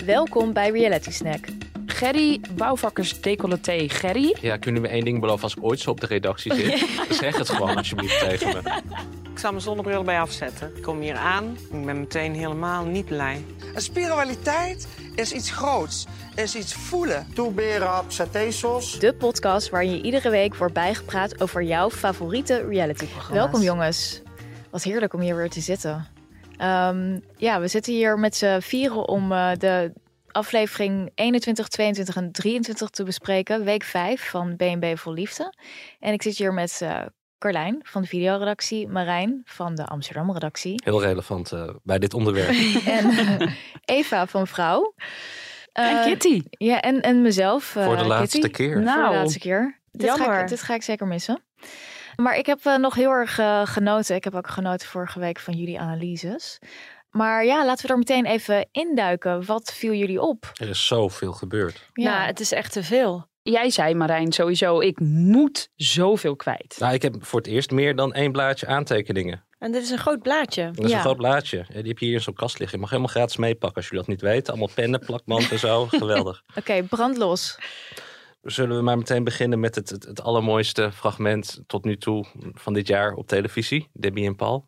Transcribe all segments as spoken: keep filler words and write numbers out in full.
Welkom bij Reality Snack. Gerry, bouwvakkers decolleté Gerry. Ja, kunnen we één ding beloven als ik ooit zo op de redactie zit? Zeg het gewoon alsjeblieft tegen me. Ik zal mijn zonnebril bij afzetten. Ik kom hier aan. Ik ben meteen helemaal niet blij. En spiritualiteit is iets groots. Is iets voelen. Toeberap, satésos. De podcast waarin je iedere week wordt bijgepraat over jouw favoriete realityprogramma's. Welkom jongens. Wat heerlijk om hier weer te zitten. Um, ja, we zitten hier met z'n vieren om uh, de aflevering eenentwintig, tweeëntwintig en drieëntwintig te bespreken. Week vijf van B en B Vol Liefde. En ik zit hier met uh, Carlijn van de videoredactie. Marijn van de Amsterdam-redactie. Heel relevant uh, bij dit onderwerp. En uh, Eva van Vrouw. Uh, en Kitty. Ja, en, en mezelf. Uh, Voor de laatste Kitty. keer. Nou, Voor de laatste keer. Dit ga, ik, dit ga ik zeker missen. Maar ik heb uh, nog heel erg uh, genoten. Ik heb ook genoten vorige week van jullie analyses. Maar ja, laten we er meteen even induiken. Wat viel jullie op? Er is zoveel gebeurd. Ja, nou, het is echt te veel. Jij zei, Marijn, sowieso, ik moet zoveel kwijt. Nou, ik heb voor het eerst meer dan één blaadje aantekeningen. En dit is een groot blaadje. Dat is ja. een groot blaadje. Die heb je hier in zo'n kast liggen. Je mag helemaal gratis meepakken als jullie dat niet weten. Allemaal pennen, plakband en zo. Geweldig. Oké, okay, brand los. Zullen we maar meteen beginnen met het, het, het allermooiste fragment tot nu toe van dit jaar op televisie. Debbie en Paul.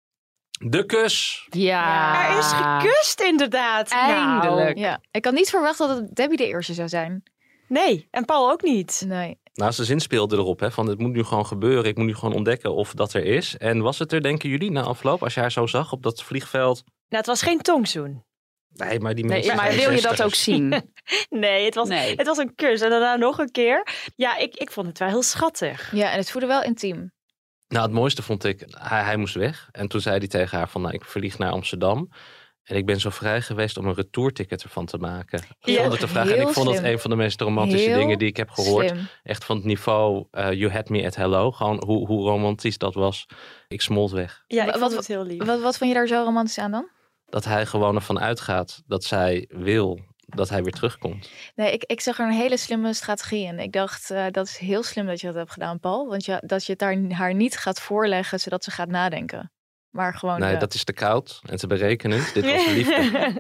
De kus! Ja. Er is gekust inderdaad. Eindelijk. Nou, ja. Ik had niet verwacht dat het Debbie de eerste zou zijn. Nee, en Paul ook niet. Nee. Nou, zijn zin speelde erop, hè, van het moet nu gewoon gebeuren. Ik moet nu gewoon ontdekken of dat er is. En was het er, denken jullie, na afloop, als je haar zo zag op dat vliegveld? Nou, het was geen tongzoen. Nee, maar die nee, mensen maar wil je dat ook zien? nee, het was, nee, het was een kus. En daarna nog een keer. Ja, ik, ik vond het wel heel schattig. Ja, en het voelde wel intiem. Nou, het mooiste vond ik, hij, hij moest weg. En toen zei hij tegen haar van, nou, ik vlieg naar Amsterdam. En ik ben zo vrij geweest om een retourticket ervan te maken. Heel, zonder te vragen. En ik vond slim. dat een van de meest romantische heel dingen die ik heb gehoord. Slim. Echt van het niveau uh, You Had Me at Hello. Gewoon hoe, hoe romantisch dat was. Ik smolt weg. Ja, ik wat, vond het heel lief. Wat, wat vond je daar zo romantisch aan dan? Dat hij gewoon ervan uitgaat dat zij wil dat hij weer terugkomt. Nee, ik, ik zag er een hele slimme strategie in. Ik dacht, uh, dat is heel slim dat je dat hebt gedaan, Paul. Want je, dat je het daar, haar niet gaat voorleggen, zodat ze gaat nadenken. Maar gewoon... Nee, de... dat is te koud en te berekenend. Dit was liefde.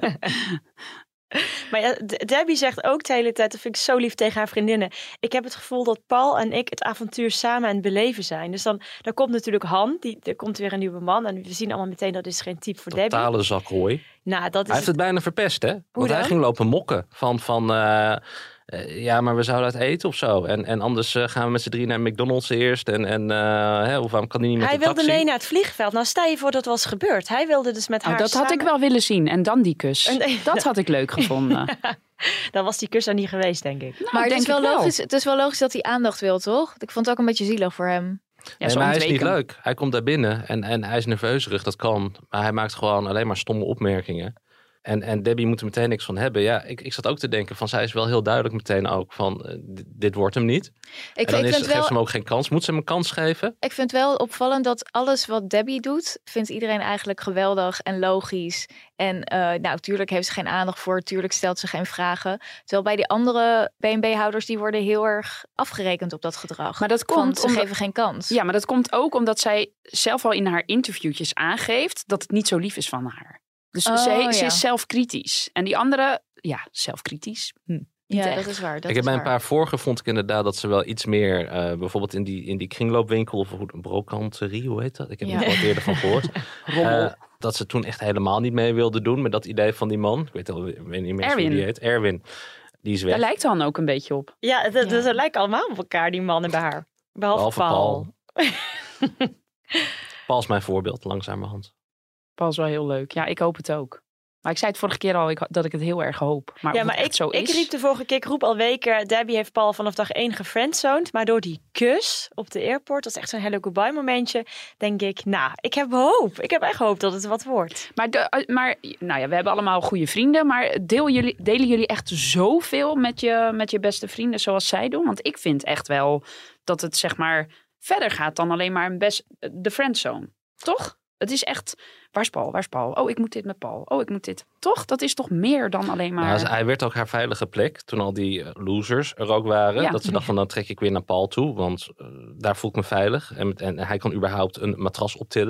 Maar ja, Debbie zegt ook de hele tijd, dat vind ik zo lief tegen haar vriendinnen. Ik heb het gevoel dat Paul en ik het avontuur samen aan het beleven zijn. Dus dan, dan komt natuurlijk Han, die, er komt weer een nieuwe man. En we zien allemaal meteen, dat is geen type voor Debbie. Totale zakrooi. Nou, dat is hij heeft het bijna verpest, hè? Want dan? hij ging lopen mokken van... van uh, uh, ja, maar we zouden uit eten of zo. En, en anders uh, gaan we met z'n drie naar McDonald's eerst. En, en uh, hè, of waarom kan hij niet met hij de taxi? Hij wilde mee naar het vliegveld. Nou, stel je voor dat was gebeurd. Hij wilde dus met nou, haar dat samen... had ik wel willen zien. En dan die kus. En, dat had ik leuk gevonden. Dan was die kus er niet geweest, denk ik. Nou, maar het is, wel wel. logisch, het is wel logisch dat hij aandacht wil, toch? Ik vond het ook een beetje zielig voor hem. Ja, nee, maar hij is niet leuk. Hij komt daar binnen en, en hij is nerveuzerig, dat kan. Maar hij maakt gewoon alleen maar stomme opmerkingen. En, en Debbie moet er meteen niks van hebben. Ja, ik, ik zat ook te denken van, zij is wel heel duidelijk meteen ook van, uh, dit, dit wordt hem niet. Ik, en dan ik is, vind geeft wel, ze hem ook geen kans. Moet ze hem een kans geven? Ik vind wel opvallend dat alles wat Debbie doet, vindt iedereen eigenlijk geweldig en logisch. En uh, nou, natuurlijk heeft ze geen aandacht voor, natuurlijk stelt ze geen vragen. Terwijl bij die andere B en B-houders, die worden heel erg afgerekend op dat gedrag. Maar dat komt Want ze omdat... geven geen kans. Ja, maar dat komt ook omdat zij zelf al in haar interviewtjes aangeeft dat het niet zo lief is van haar. Dus oh, ze, ja. ze is zelfkritisch. En die andere, ja, zelfkritisch. Hm, ja, echt. dat is waar. Dat ik heb is bij waar. een paar vorige vond ik inderdaad dat ze wel iets meer, uh, bijvoorbeeld in die, in die kringloopwinkel of een brokanterie, hoe heet dat? Ik heb er Ja. nog wat eerder van gehoord. Rommel. Uh, dat ze toen echt helemaal niet mee wilde doen met dat idee van die man. Ik weet, al, ik weet niet meer Erwin. hoe die heet. Erwin. Die is weg. Daar lijkt Dan ook een beetje op. Ja, dat, Ja. ze lijken allemaal op elkaar, die mannen bij haar. Behalve, Behalve Paul. Paul. Paul is mijn voorbeeld, langzamerhand. Paul is wel heel leuk. Ja, ik hoop het ook. Maar ik zei het vorige keer al ik, dat ik het heel erg hoop. Maar, Ja, of maar het ik, echt zo ik is. riep de vorige keer, ik roep al weken, Debbie heeft Paul vanaf dag één gefriendzoned. Maar door die kus op de airport, dat is echt zo'n hello goodbye momentje, denk ik, nou, ik heb hoop. Ik heb echt hoop dat het wat wordt. Maar, de, maar nou ja, we hebben allemaal goede vrienden. Maar deel jullie, delen jullie echt zoveel met je, met je beste vrienden zoals zij doen? Want ik vind echt wel dat het zeg maar verder gaat dan alleen maar een best, de friendzone. Toch? Het is echt, waar is Paul, waar is Paul? Oh, ik moet dit met Paul. Oh, ik moet dit. Toch? Dat is toch meer dan alleen maar... Nou, hij werd ook haar veilige plek toen al die uh, losers er ook waren. Ja. Dat ze dacht van, dan trek ik weer naar Paul toe. Want uh, daar voel ik me veilig. En, en hij kon überhaupt een matras optillen.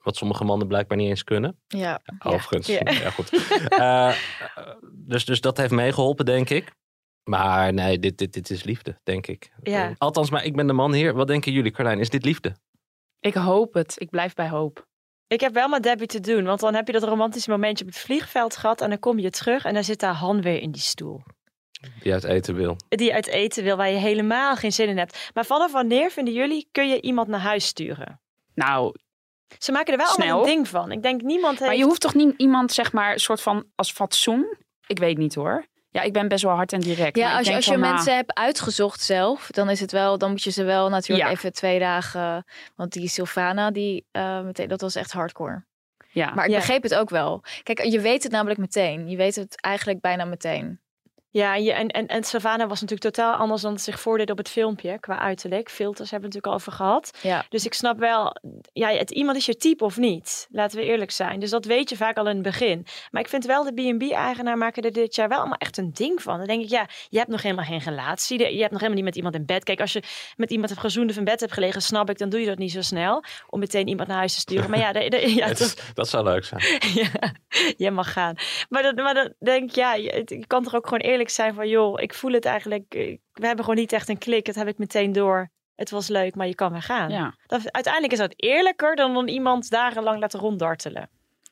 Wat sommige mannen blijkbaar niet eens kunnen. Ja. Overigens. Ja. Ja, goed. uh, dus, dus dat heeft meegeholpen, denk ik. Maar nee, dit, dit, dit is liefde, denk ik. Ja. Uh, althans, maar ik ben de man hier. Wat denken jullie, Carlijn? Is dit liefde? Ik hoop het. Ik blijf bij hoop. Ik heb wel met Debbie te doen, want dan heb je dat romantische momentje op het vliegveld gehad en dan kom je terug en dan zit daar Han weer in die stoel. Die uit eten wil. Die uit eten wil, waar je helemaal geen zin in hebt. Maar vanaf wanneer, vinden jullie, kun je iemand naar huis sturen? Nou, Ze maken er wel Snel. allemaal een ding van. Ik denk niemand heeft... maar je hoeft toch niet iemand, zeg maar, een soort van als fatsoen? Ik weet niet hoor. Ja, ik ben best wel hard en direct. maar Ja, ik als je, denk als je van, nou, mensen hebt uitgezocht zelf, dan is het wel, dan moet je ze wel natuurlijk Ja. even twee dagen. Want die Sylvana, die uh, meteen, dat was echt hardcore. Ja. Maar ik Ja. begreep het ook wel. Kijk, je weet het namelijk meteen. Je weet het eigenlijk bijna meteen. Ja, je, en, en, en Savannah was natuurlijk totaal anders dan het zich voordeed op het filmpje. Qua uiterlijk. Filters hebben we het natuurlijk al over gehad. Ja. Dus ik snap wel, ja, het, iemand is je type of niet. Laten we eerlijk zijn. Dus dat weet je vaak al in het begin. Maar ik vind wel, de B en B-eigenaar maken er dit jaar wel allemaal echt een ding van. Dan denk ik, ja, je hebt nog helemaal geen relatie. Je hebt nog helemaal niet met iemand in bed. Kijk, als je met iemand hebt gezoend of in bed hebt gelegen, snap ik, dan doe je dat niet zo snel. Om meteen iemand naar huis te sturen. Maar ja, de, de, ja Het toch, is- dat zou leuk zijn. ja, jij mag gaan. Maar, dat, maar dan denk ik, ja, je, het- je kan toch ook gewoon eerlijk zijn van, joh, ik voel het eigenlijk, eh, we hebben gewoon niet echt een klik. Dat heb ik meteen door. Het was leuk, maar je kan weer gaan. Ja. Dat, uiteindelijk is dat eerlijker dan dan iemand dagenlang laten ronddartelen.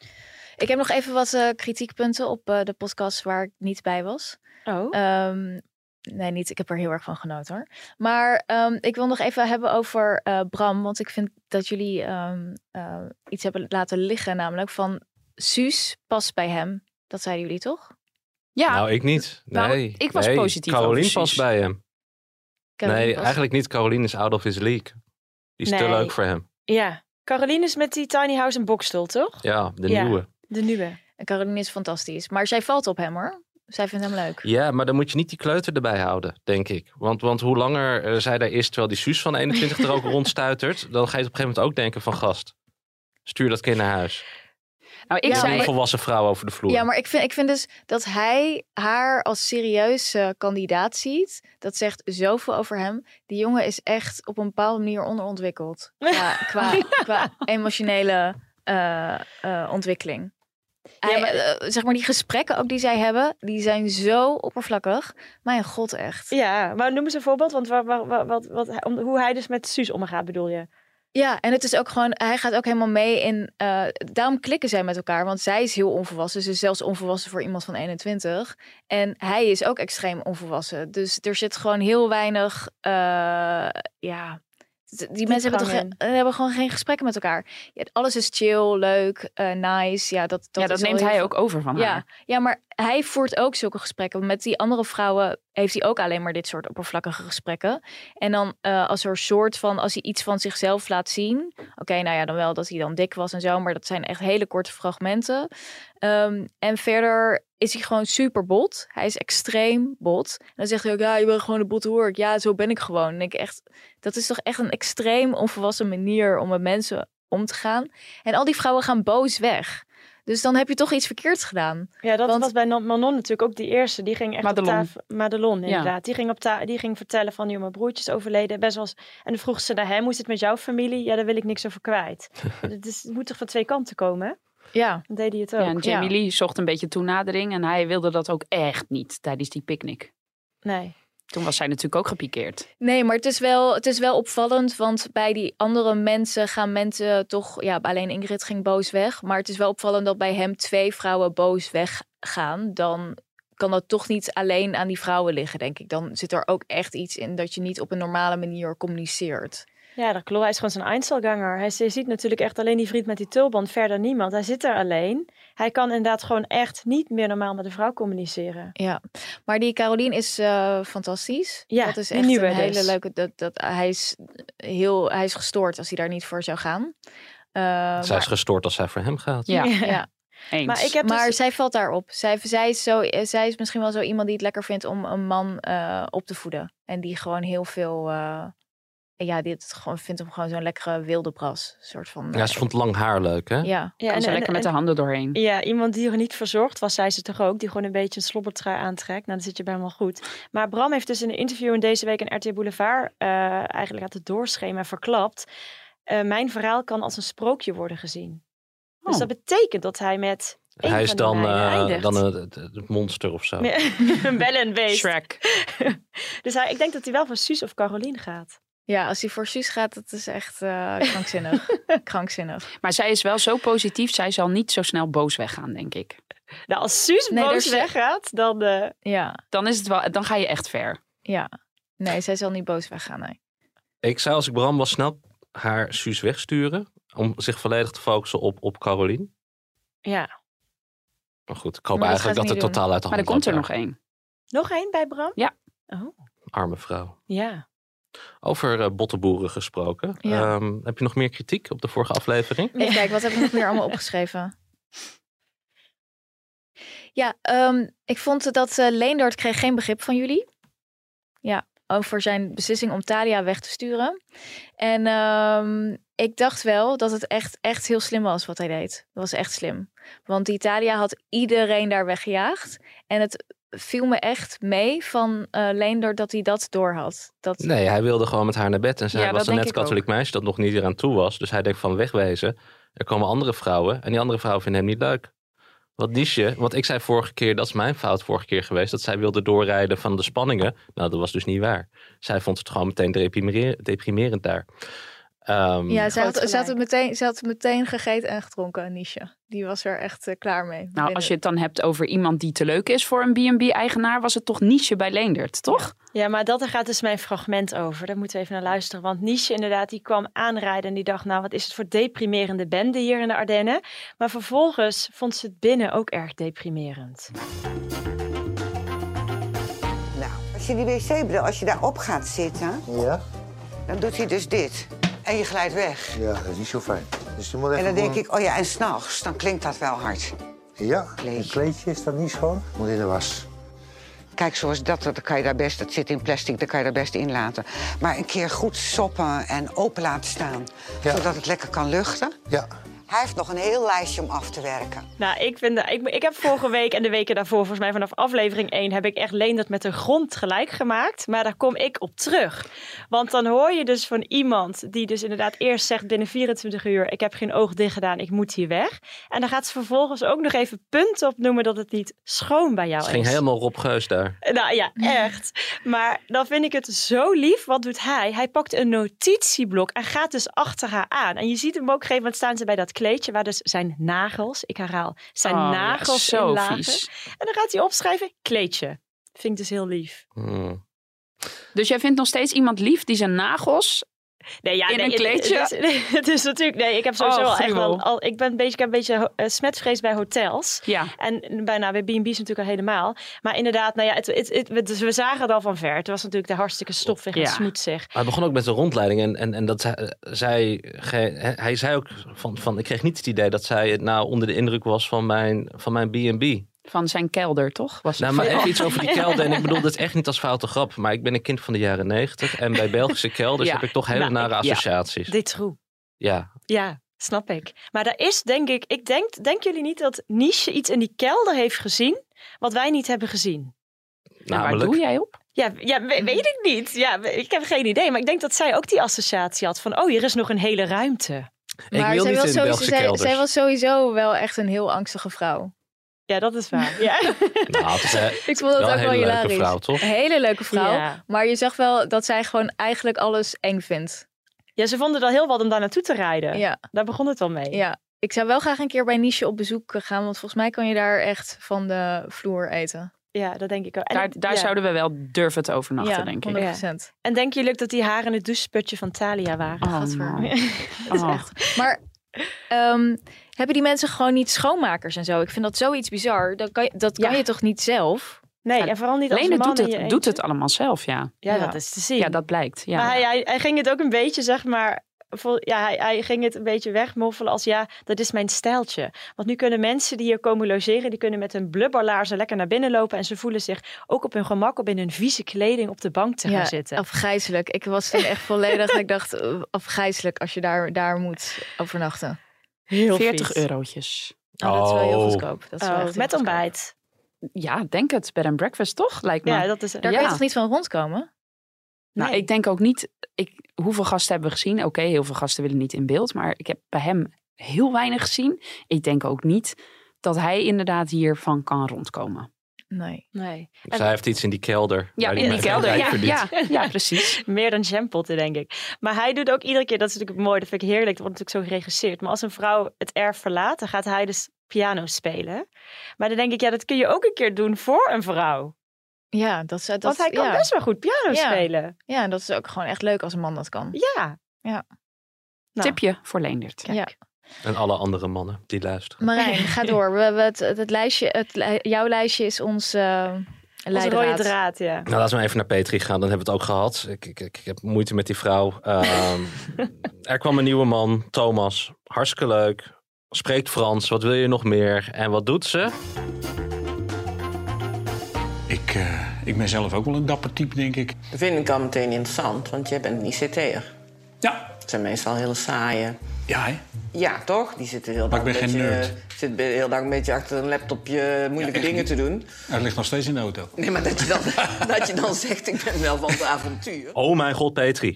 Ik heb nog even wat uh, kritiekpunten op uh, de podcast waar ik niet bij was. Oh. Um, nee, niet. Ik heb er heel erg van genoten hoor. Maar um, ik wil nog even hebben over uh, Bram. Want ik vind dat jullie um, uh, iets hebben laten liggen. Namelijk van Suus past bij hem. Dat zeiden jullie toch? Ja, Nou, ik niet. Nou, Nee. ik was nee. positief Caroline over past Suus. bij hem. Caroline nee, past. eigenlijk niet. Caroline is out of his league. Die is te Nee. leuk voor hem. Ja. Caroline is met die tiny house en boxstoel, toch? Ja, de Ja. nieuwe. De nieuwe. En Caroline is fantastisch. Maar zij valt op hem hoor. Zij vindt hem leuk. Ja, maar dan moet je niet die kleuter erbij houden, denk ik. Want, want hoe langer uh, zij daar is, terwijl die Suus van eenentwintig er ook rondstuitert, dan ga je op een gegeven moment ook denken van gast, stuur dat kind naar huis. nou, ik Ja, Ik zei... zie een volwassen vrouw over de vloer. Ja, maar ik vind, ik vind dus dat hij haar als serieuze kandidaat ziet. Dat zegt zoveel over hem. Die jongen is echt op een bepaalde manier onderontwikkeld. Qua, qua, qua emotionele uh, uh, ontwikkeling. Ja, Hij, maar- uh, zeg maar die gesprekken ook die zij hebben, die zijn zo oppervlakkig. Mijn god, echt. Ja, maar noem eens een voorbeeld. Want wat, wat, wat, wat, wat, om, hoe hij dus met Suus omgaat, bedoel je? Ja, en het is ook gewoon, hij gaat ook helemaal mee in, uh, daarom klikken zij met elkaar, want zij is heel onvolwassen. Ze is zelfs onvolwassen voor iemand van eenentwintig. En hij is ook extreem onvolwassen. Dus er zit gewoon heel weinig, uh, ja, die mensen hebben, toch, in. ge- hebben gewoon geen gesprekken met elkaar. Ja, alles is chill, leuk, uh, nice. Ja, dat, dat, ja, dat is al neemt heel hij veel- ook over van Ja, haar. ja, maar hij voert ook zulke gesprekken. Met die andere vrouwen heeft hij ook alleen maar dit soort oppervlakkige gesprekken. En dan uh, als er een soort van, als hij iets van zichzelf laat zien. Oké, okay, nou ja, dan wel dat hij dan dik was en zo. Maar dat zijn echt hele korte fragmenten. Um, en verder is hij gewoon super bot. Hij is extreem bot. En dan zegt hij ook, ja, je bent gewoon een botte hoer. Ja, zo ben ik gewoon. En ik echt, dat is toch echt een extreem onvolwassen manier om met mensen om te gaan. En al die vrouwen gaan boos weg. Dus dan heb je toch iets verkeerds gedaan. Ja, dat Want- was bij Non- Manon natuurlijk ook die eerste. Die ging echt Madelon. op tafel... Madelon, Ja. inderdaad. Die ging, op ta- die ging vertellen van, joh, mijn broertje is overleden. Best wel eens... En dan vroeg ze naar hem, hoe is het met jouw familie? Ja, daar wil ik niks over kwijt. het, is, het moet toch van twee kanten komen, hè? Ja. Dan deed hij het ook. Ja, en Jamie ja. Lee zocht een beetje toenadering en hij wilde dat ook echt niet tijdens die picknick. Nee. Toen was zij natuurlijk ook gepikeerd. Nee, maar het is, wel, het is wel opvallend, want bij die andere mensen gaan mensen toch... Ja, alleen Ingrid ging boos weg. Maar het is wel opvallend dat bij hem twee vrouwen boos weggaan. Dan kan dat toch niet alleen aan die vrouwen liggen, denk ik. Dan zit er ook echt iets in dat je niet op een normale manier communiceert. Ja, dat klopt. Hij is gewoon zijn Einzelganger. Hij z- ziet natuurlijk echt alleen die vriend met die tulband, verder niemand. Hij zit er alleen. Hij kan inderdaad gewoon echt niet meer normaal met een vrouw communiceren. Ja, maar die Caroline is uh, fantastisch. Ja, dat is die echt nieuwe een hele dus. leuke... Dat, dat, hij, is heel, hij is gestoord als hij daar niet voor zou gaan. Uh, Zij maar, is gestoord als zij voor hem gaat. Ja, ja. eens. Maar ik heb Maar dus... zij valt daarop. Zij, zij, is zo, zij is misschien wel zo iemand die het lekker vindt om een man uh, op te voeden. En die gewoon heel veel... Uh, ja, dit gewoon, vindt hem gewoon zo'n lekkere wilde bras. Soort van, Ja, ze vond lang haar leuk, hè? Ja. Ja, kan ze en- lekker en- met de handen doorheen. Ja, iemand die er niet verzorgd was, zei ze toch ook. Die gewoon een beetje een slobbertrui aantrekt. Nou, dan zit je bij hem al goed. Maar Bram heeft dus in een interview in deze week in R T L Boulevard uh, eigenlijk aan het doorschema verklapt. Uh, mijn verhaal kan als een sprookje worden gezien. Oh. Dus dat betekent dat hij met een Hij van is die dan, meiden uh, eindigt. dan het, het, het monster of zo. Een bel en beest. Shrek. Dus hij, ik denk dat hij wel voor Suus of Caroline gaat. Ja, als hij voor Suus gaat, dat is echt uh, krankzinnig. krankzinnig. Maar zij is wel zo positief, zij zal niet zo snel boos weggaan, denk ik. Nou, als Suus Nee, boos is- weggaat, dan... Uh... Ja, Dan, is het wel, dan ga je echt ver. ja. Nee, zij zal niet boos weggaan, nee. Ik zou als ik Bram was snel haar Suus wegsturen. Om zich volledig te focussen op, op Caroline. Ja. Maar goed, ik hoop Maar dat eigenlijk gaat dat ze het niet totaal uit de Maar er hand komt er loopt nog daar. één. Nog één bij Bram? Ja. Oh, Arme vrouw. ja. Over uh, bottenboeren gesproken. Ja. Um, heb je nog meer kritiek op de vorige aflevering? Even kijken, wat heb ik nog meer allemaal opgeschreven? Ja, um, ik vond dat uh, Leendert kreeg geen begrip van jullie. Ja, over zijn beslissing om Thalia weg te sturen. En um, ik dacht wel dat het echt, echt heel slim was wat hij deed. Dat was echt slim. Want die Thalia had iedereen daar weggejaagd. En het viel me echt mee van uh, Leendert dat hij dat doorhad. Dat... Nee, hij wilde gewoon met haar naar bed. En zij Ja, was dat een denk net ik katholiek meisje dat nog niet eraan toe was. Dus hij denkt van wegwezen. Er komen andere vrouwen. En die andere vrouwen vinden hem niet leuk. Wat Niesje, want ik zei vorige keer, dat is mijn fout vorige keer geweest, dat zij wilde doorrijden van de spanningen. Nou, dat was dus niet waar. Zij vond het gewoon meteen deprimer- deprimerend daar. Um, Ja, zij had, Groot ze, had gelijk. het meteen, ze had het meteen gegeten en gedronken, Niesje. Die was er echt uh, klaar mee. Nou, Binnen- als je het dan hebt over iemand die te leuk is voor een B en B-eigenaar, was het toch Niesje bij Leendert, toch? Ja, maar dat er gaat dus mijn fragment over. Daar moeten we even naar luisteren. Want Niesje inderdaad, die kwam aanrijden en die dacht... nou, wat is het voor deprimerende bende hier in de Ardennen. Maar vervolgens vond ze het binnen ook erg deprimerend. Nou, als je die wc-bril, als je daarop gaat zitten, Ja? dan doet hij dus dit. En je glijdt weg. Ja, dat is niet zo fijn. Dus je moet even En dan denk gewoon- ik, oh ja, en s'nachts, dan klinkt dat wel hard. Ja, Kleedje. een kleedje is dat niet schoon. Moet in de was. Kijk, zoals dat, dat kan je daar best, dat zit in plastic, dat kan je daar best in laten. Maar een keer goed soppen en open laten staan, Ja. zodat het lekker kan luchten. Ja. Hij heeft nog een heel lijstje om af te werken. Nou, ik, vind, dat- ik, ik heb vorige week en de weken daarvoor... volgens mij vanaf aflevering één... heb ik echt Leendert met de grond gelijk gemaakt. Maar daar kom ik op terug. Want dan hoor je dus van iemand... die dus inderdaad eerst zegt binnen vierentwintig uur... ik heb geen oog dicht gedaan, ik moet hier weg. En dan gaat ze vervolgens ook nog even punten opnoemen... dat het niet schoon bij jou het is. ging helemaal Rob Geus daar. Nou ja, echt. Maar dan vind ik het zo lief. Wat doet hij? Hij pakt een notitieblok en gaat dus achter haar aan. En je ziet hem ook op een gegeven moment staan ze bij dat kleedje... waar dus zijn nagels, ik herhaal, zijn Oh, ja, nagels zo in lagen. vies. En dan gaat hij opschrijven, kleedje. Vind ik dus heel lief. Hmm. Dus jij vindt nog steeds iemand lief die zijn nagels... Nee, ja, In nee, een het- kleedje? Het, is, het is natuurlijk... Nee, ik heb sowieso Oh, al echt gruwel. wel... Al, ik ben een beetje, ik heb een beetje uh, smetvrees bij hotels. Ja, En bijna bij B en B's natuurlijk al helemaal. Maar inderdaad, nou ja, het, het, het, we, dus we zagen het al van ver. Het was natuurlijk de hartstikke stoffig en Ja. smoetsig. Hij begon ook met een rondleiding en, en, en dat zij, zij, ge- hij zei ook van, van, ik kreeg niet het idee dat zij het nou onder de indruk was van mijn, van mijn B en B. van zijn kelder, toch? Was Nou, het maar van- even iets over die kelder. En ik bedoel dit echt niet als foute grap. Maar ik ben een kind van de jaren negentig. En bij Belgische kelders Ja. heb ik toch hele Nou, nare ik- ja. associaties. Dit true. Ja. Ja, snap ik. Maar daar is denk ik... ik denk, denken jullie niet dat Niesje iets in die kelder heeft gezien... wat wij niet hebben gezien? En waar Namelijk, doe jij op? Ja, ja we- weet ik niet. Ja, ik heb geen idee. Maar ik denk dat zij ook die associatie had van... oh, hier is nog een hele ruimte. ik maar wil zij, niet was in sowieso, Belgische zij, kelders. zij was sowieso wel echt een heel angstige vrouw. Ja, dat is waar. Ja, Nou, het is, eh, Ik vond dat wel ook een wel hele leuke hilarisch. vrouw, toch? Een hele leuke vrouw. Ja. Maar je zag wel dat zij gewoon eigenlijk alles eng vindt. ja, ze vonden het al heel wat om daar naartoe te rijden. Ja, Daar begon het wel mee. ja. Ik zou wel graag een keer bij Niesje op bezoek gaan. Want volgens mij kan je daar echt van de vloer eten. Ja, dat denk ik ook. En, Daar, ik- daar ja. zouden we wel durven te overnachten, ja, denk ik. honderd procent. en denken jullie ook dat die haren in het doucheputje van Thalia waren? Oh, Gadver. man. Het is Oh. echt. Maar ehm, hebben die mensen gewoon niet schoonmakers en zo? Ik vind dat zoiets bizar. Dat kan je, dat kan Ja. je toch niet zelf? Nee, Ja, en vooral niet als Lene man doet in je het, doet eentje. het allemaal zelf, ja. Ja, Ja. dat is te zien. Ja, dat blijkt. Ja. Maar hij, hij, hij ging het ook een beetje, zeg maar... vol- Ja, hij, hij ging het een beetje wegmoffelen als ja, dat is mijn stijltje. Want nu kunnen mensen die hier komen logeren, die kunnen met hun blubberlaarzen lekker naar binnen lopen en ze voelen zich ook op hun gemak om in hun vieze kleding op de bank te gaan zitten. afgrijzelijk. Ik was toen echt volledig... dat ik dacht, uh, afgrijzelijk als je daar, daar moet overnachten. Heel veertig vies. eurotjes. Oh, dat is wel heel Oh. goedkoop. Dat is wel Oh, echt heel met goedkoop. ontbijt. Ja, denk het. Bed and breakfast, toch? Lijkt me. Ja, dat is... Daar Ja. kun je toch niet van rondkomen? Nou, Nee. ik denk ook niet... Ik, hoeveel gasten hebben we gezien? Oké, okay, heel veel gasten willen niet in beeld. Maar ik heb bij hem heel weinig gezien. Ik denk ook niet dat hij inderdaad hiervan kan rondkomen. Nee. nee. Dus hij heeft iets in die kelder. Ja, waar in hij die met kelder. rijk Ja, verdient. ja, ja, precies. Meer dan jampotten, denk ik. Maar hij doet ook iedere keer, dat is natuurlijk mooi, dat vind ik heerlijk. Dat wordt natuurlijk zo geregisseerd. Maar als een vrouw het erf verlaat, dan gaat hij dus piano spelen. Maar dan denk ik, ja, dat kun je ook een keer doen voor een vrouw. Ja, dat, is- dat, Want hij kan ja. best wel goed piano Ja. spelen. Ja, dat is ook gewoon echt leuk als een man dat kan. Ja. Ja. Nou. Tipje voor Leendert. Ja. En alle andere mannen die luisteren. Marijn, ga door. We, we, het, het lijstje, het, li- jouw lijstje is ons uh, Onze rode draad, ja. Nou, laten we even naar Petri gaan. Dan hebben we het ook gehad. Ik, ik, ik heb moeite met die vrouw. Um, er kwam een nieuwe man, Thomas. Hartstikke leuk. Spreekt Frans. Wat wil je nog meer? En wat doet ze? Ik, uh, ik ben zelf ook wel een dapper type, denk ik. Dat vind ik al meteen interessant, want jij bent niet I C T'er. Ja. Het zijn meestal hele saaie. Ja, hè? Ja, toch? Die zitten heel Maar ik ben geen nerd. Zit heel dag een beetje achter een laptopje moeilijke Ja, dingen niet. te doen. Hij ligt nog steeds in de auto. Nee, maar dat je dan, dat je dan zegt, ik ben wel van het avontuur. Oh mijn god, Petri.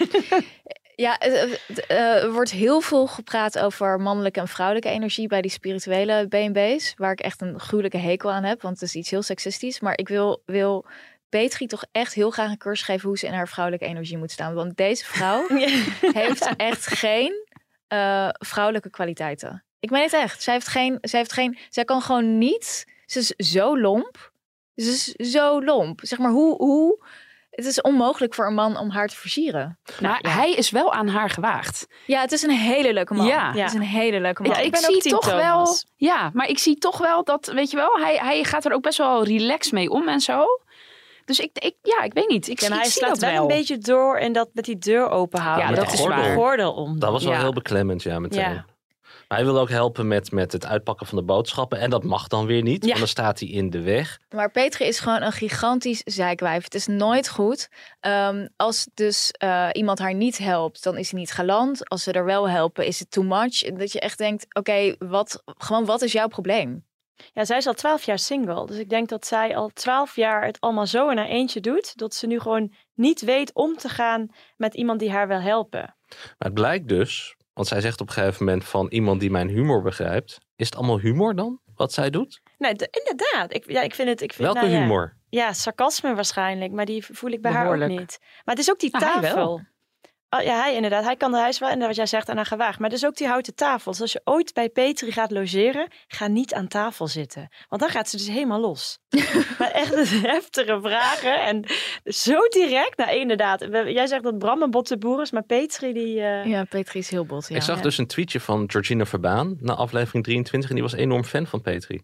Ja, het, het, uh, er wordt heel veel gepraat over mannelijke en vrouwelijke energie bij die spirituele B en B's. Waar ik echt een gruwelijke hekel aan heb, want het is iets heel seksistisch. Maar ik wil, wil Petri toch echt heel graag een cursus geven hoe ze in haar vrouwelijke energie moet staan. Want deze vrouw heeft echt geen uh, vrouwelijke kwaliteiten. Ik meen het echt. Zij heeft geen, zij heeft geen, zij kan gewoon niet. Ze is zo lomp. Ze is zo lomp. Zeg maar, hoe, hoe het is onmogelijk voor een man om haar te versieren. Maar ja. Hij is wel aan haar gewaagd. Ja, het is een hele leuke man. Ja, het is een hele leuke man. Ja, ik, ik ben zie ook team toch Thomas. wel. Ja, maar ik zie toch wel dat, weet je wel, hij, hij gaat er ook best wel relaxed mee om en zo. Dus ik, ik ja, ik weet niet. Ik, ja, ik hij zie slaat dat wel wel een beetje door en dat met die deur open houden. Ja, met dat de is gordel. waar. Gordel om. Dat was wel Ja. heel beklemmend, ja, meteen. Ja. Maar hij wil ook helpen met, met het uitpakken van de boodschappen. En dat mag dan weer niet, Ja. want dan staat hij in de weg. Maar Petri is gewoon een gigantisch zeikwijf. Het is nooit goed. Um, als dus uh, iemand haar niet helpt, dan is hij niet galant. Als ze er wel helpen, is het too much. Dat je echt denkt, oké, okay, wat, gewoon wat is jouw probleem? Ja, zij is al twaalf jaar single. Dus ik denk dat zij al twaalf jaar het allemaal zo in haar eentje doet. Dat ze nu gewoon niet weet om te gaan met iemand die haar wil helpen. Maar het blijkt dus, want zij zegt op een gegeven moment van iemand die mijn humor begrijpt. Is het allemaal humor dan, wat zij doet? Nee, de, inderdaad. Ik, ja, ik vind het... Ik vind, Welke nou, ja, humor? Ja, sarcasme waarschijnlijk. Maar die voel ik bij Behoorlijk. haar ook niet. Maar het is ook die Nou, hij tafel. wel. Oh, ja, hij inderdaad. Hij kan de huis wel, en wat jij zegt, aan haar gewaagd. Maar dus ook die houten tafel. Dus als je ooit bij Petri gaat logeren, ga niet aan tafel zitten. Want dan gaat ze dus helemaal los. Maar echt een heftige vragen. En zo direct. Nou, inderdaad. Jij zegt dat Bram een botte boer is, maar Petri die... Uh... Ja, Petri is heel bot. Ja. Ik zag Ja. dus een tweetje van Georgina Verbaan na aflevering drieëntwintig. En die was enorm fan van Petri.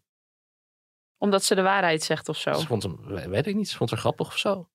Omdat ze de waarheid zegt of zo. Ze vond hem, weet ik niet, ze vond haar grappig of zo.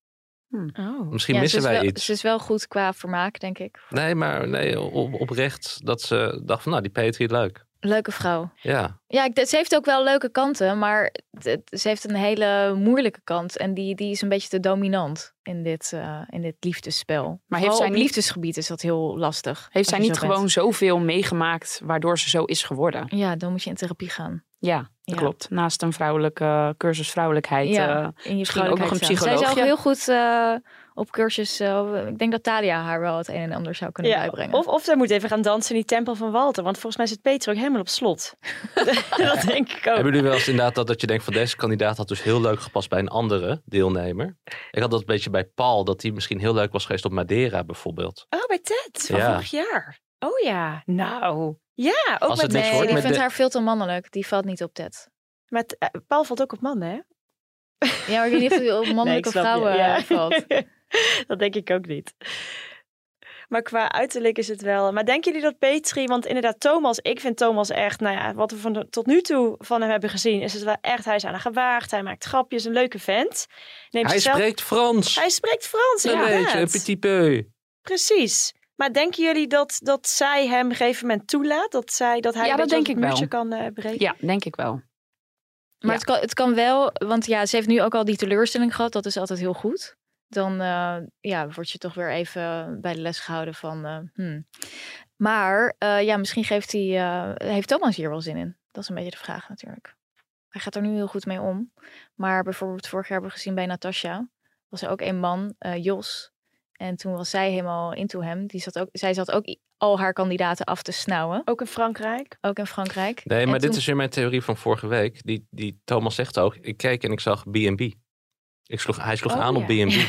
Oh. Misschien Ja, missen ze is wij wel, iets. Ze is wel goed qua vermaak, denk ik. Nee, maar nee, op, oprecht dat ze dacht van, nou, die Petri leuk. Leuke vrouw. Ja, Ja, ik, ze heeft ook wel leuke kanten, maar het- ze heeft een hele moeilijke kant. En die, die is een beetje te dominant in dit, uh, in dit liefdesspel. Maar heeft heeft zij op niet- liefdesgebied is dat heel lastig. Heeft zij als je niet zo bent. gewoon zoveel meegemaakt waardoor ze zo is geworden? Ja, dan moet je in therapie gaan. Ja, dat Ja. klopt. Naast een vrouwelijke cursus vrouwelijkheid. Ja, eh, in je misschien ook nog een vrouwelijkheid staan. psycholoog. Zij zou Ja. heel goed uh, op cursus... Uh, ik denk dat Thalia haar wel het een en ander zou kunnen Ja, bijbrengen. of, of zij moet even gaan dansen in die tempel van Walter. Want volgens mij zit Petri ook helemaal op slot. Dat denk ik ook. hebben jullie wel eens inderdaad dat, dat je denkt van deze kandidaat had dus heel leuk gepast bij een andere deelnemer? Ik had dat een beetje bij Paul, dat hij misschien heel leuk was geweest op Madeira bijvoorbeeld. Oh, bij Ted van Ja. vorig jaar. Oh ja, nou. Ja, ook Als met het niks Nee, wordt ik met vind de- haar veel te mannelijk. Die valt niet op Ted. Met, uh, Paul valt ook op mannen, hè? Ja, maar ik weet niet of hij op Nee, mannelijke ik snap je. vrouwen Ja. valt. Dat denk ik ook niet. Maar qua uiterlijk is het wel... Maar denken jullie dat Petri... Want inderdaad, Thomas... Ik vind Thomas echt... Nou ja, wat we van de, tot nu toe van hem hebben gezien... is het wel echt... Hij is aan haar gewaagd. Hij maakt grapjes. Een leuke vent. Neemt Hij zichzelf- spreekt Frans. Hij spreekt Frans, Een inderdaad. beetje, een petit peu. Precies. Maar denken jullie dat, dat zij hem op een gegeven moment toelaat? Dat, zij, dat hij Ja, een dat beetje denk het ik muurtje wel. kan uh, breken? Ja, denk ik wel. Maar Ja. het, kan, het kan wel, want ja, ze heeft nu ook al die teleurstelling gehad. Dat is altijd heel goed. Dan uh, ja, word je toch weer even bij de les gehouden van... Uh, hmm. Maar uh, ja, misschien geeft hij, uh, heeft Thomas hier wel zin in. Dat is een beetje de vraag natuurlijk. Hij gaat er nu heel goed mee om. Maar bijvoorbeeld vorig jaar hebben we gezien bij Natasja. Was er ook een man, uh, Jos. En toen was zij helemaal into hem. Die zat ook, zij zat ook al haar kandidaten af te snauwen. Ook in Frankrijk? Ook in Frankrijk. Nee, maar en dit toen... is weer mijn theorie van vorige week. Die, die Thomas zegt ook, ik keek en ik zag B en B. Ik sloeg, hij sloeg oh, aan ja. op B en B.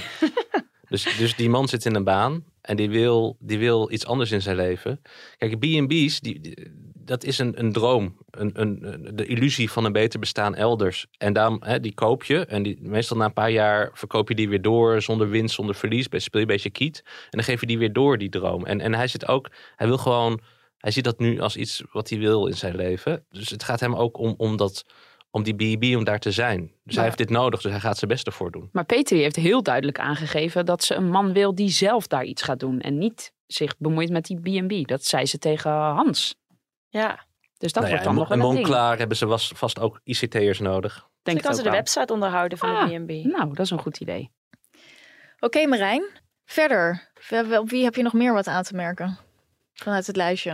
dus, dus die man zit in een baan en die wil, die wil iets anders in zijn leven. Kijk, B en B's, die, die, dat is een, een droom. Een, een, de illusie van een beter bestaan elders. En daarom, hè, die koop je. En die, meestal na een paar jaar verkoop je die weer door. Zonder winst, zonder verlies. Speel je een beetje kiet. En dan geef je die weer door, die droom. En, en hij zit ook, hij wil gewoon, hij ziet dat nu als iets wat hij wil in zijn leven. Dus het gaat hem ook om, om dat... om die B en B, om daar te zijn. Dus maar, hij heeft dit nodig, dus hij gaat zijn best ervoor doen. Maar Petri heeft heel duidelijk aangegeven dat ze een man wil die zelf daar iets gaat doen. En niet zich bemoeit met die B en B. Dat zei ze tegen Hans. Ja. Dus dat nou wordt ja, dan nog wel een een ding. Monclar hebben ze was, vast ook I C T'ers nodig. Denk Dan kan ze de website onderhouden van ah, de B en B. Nou, dat is een goed idee. Oké, okay, Marijn. Verder. Op wie heb je nog meer wat aan te merken? Vanuit het lijstje.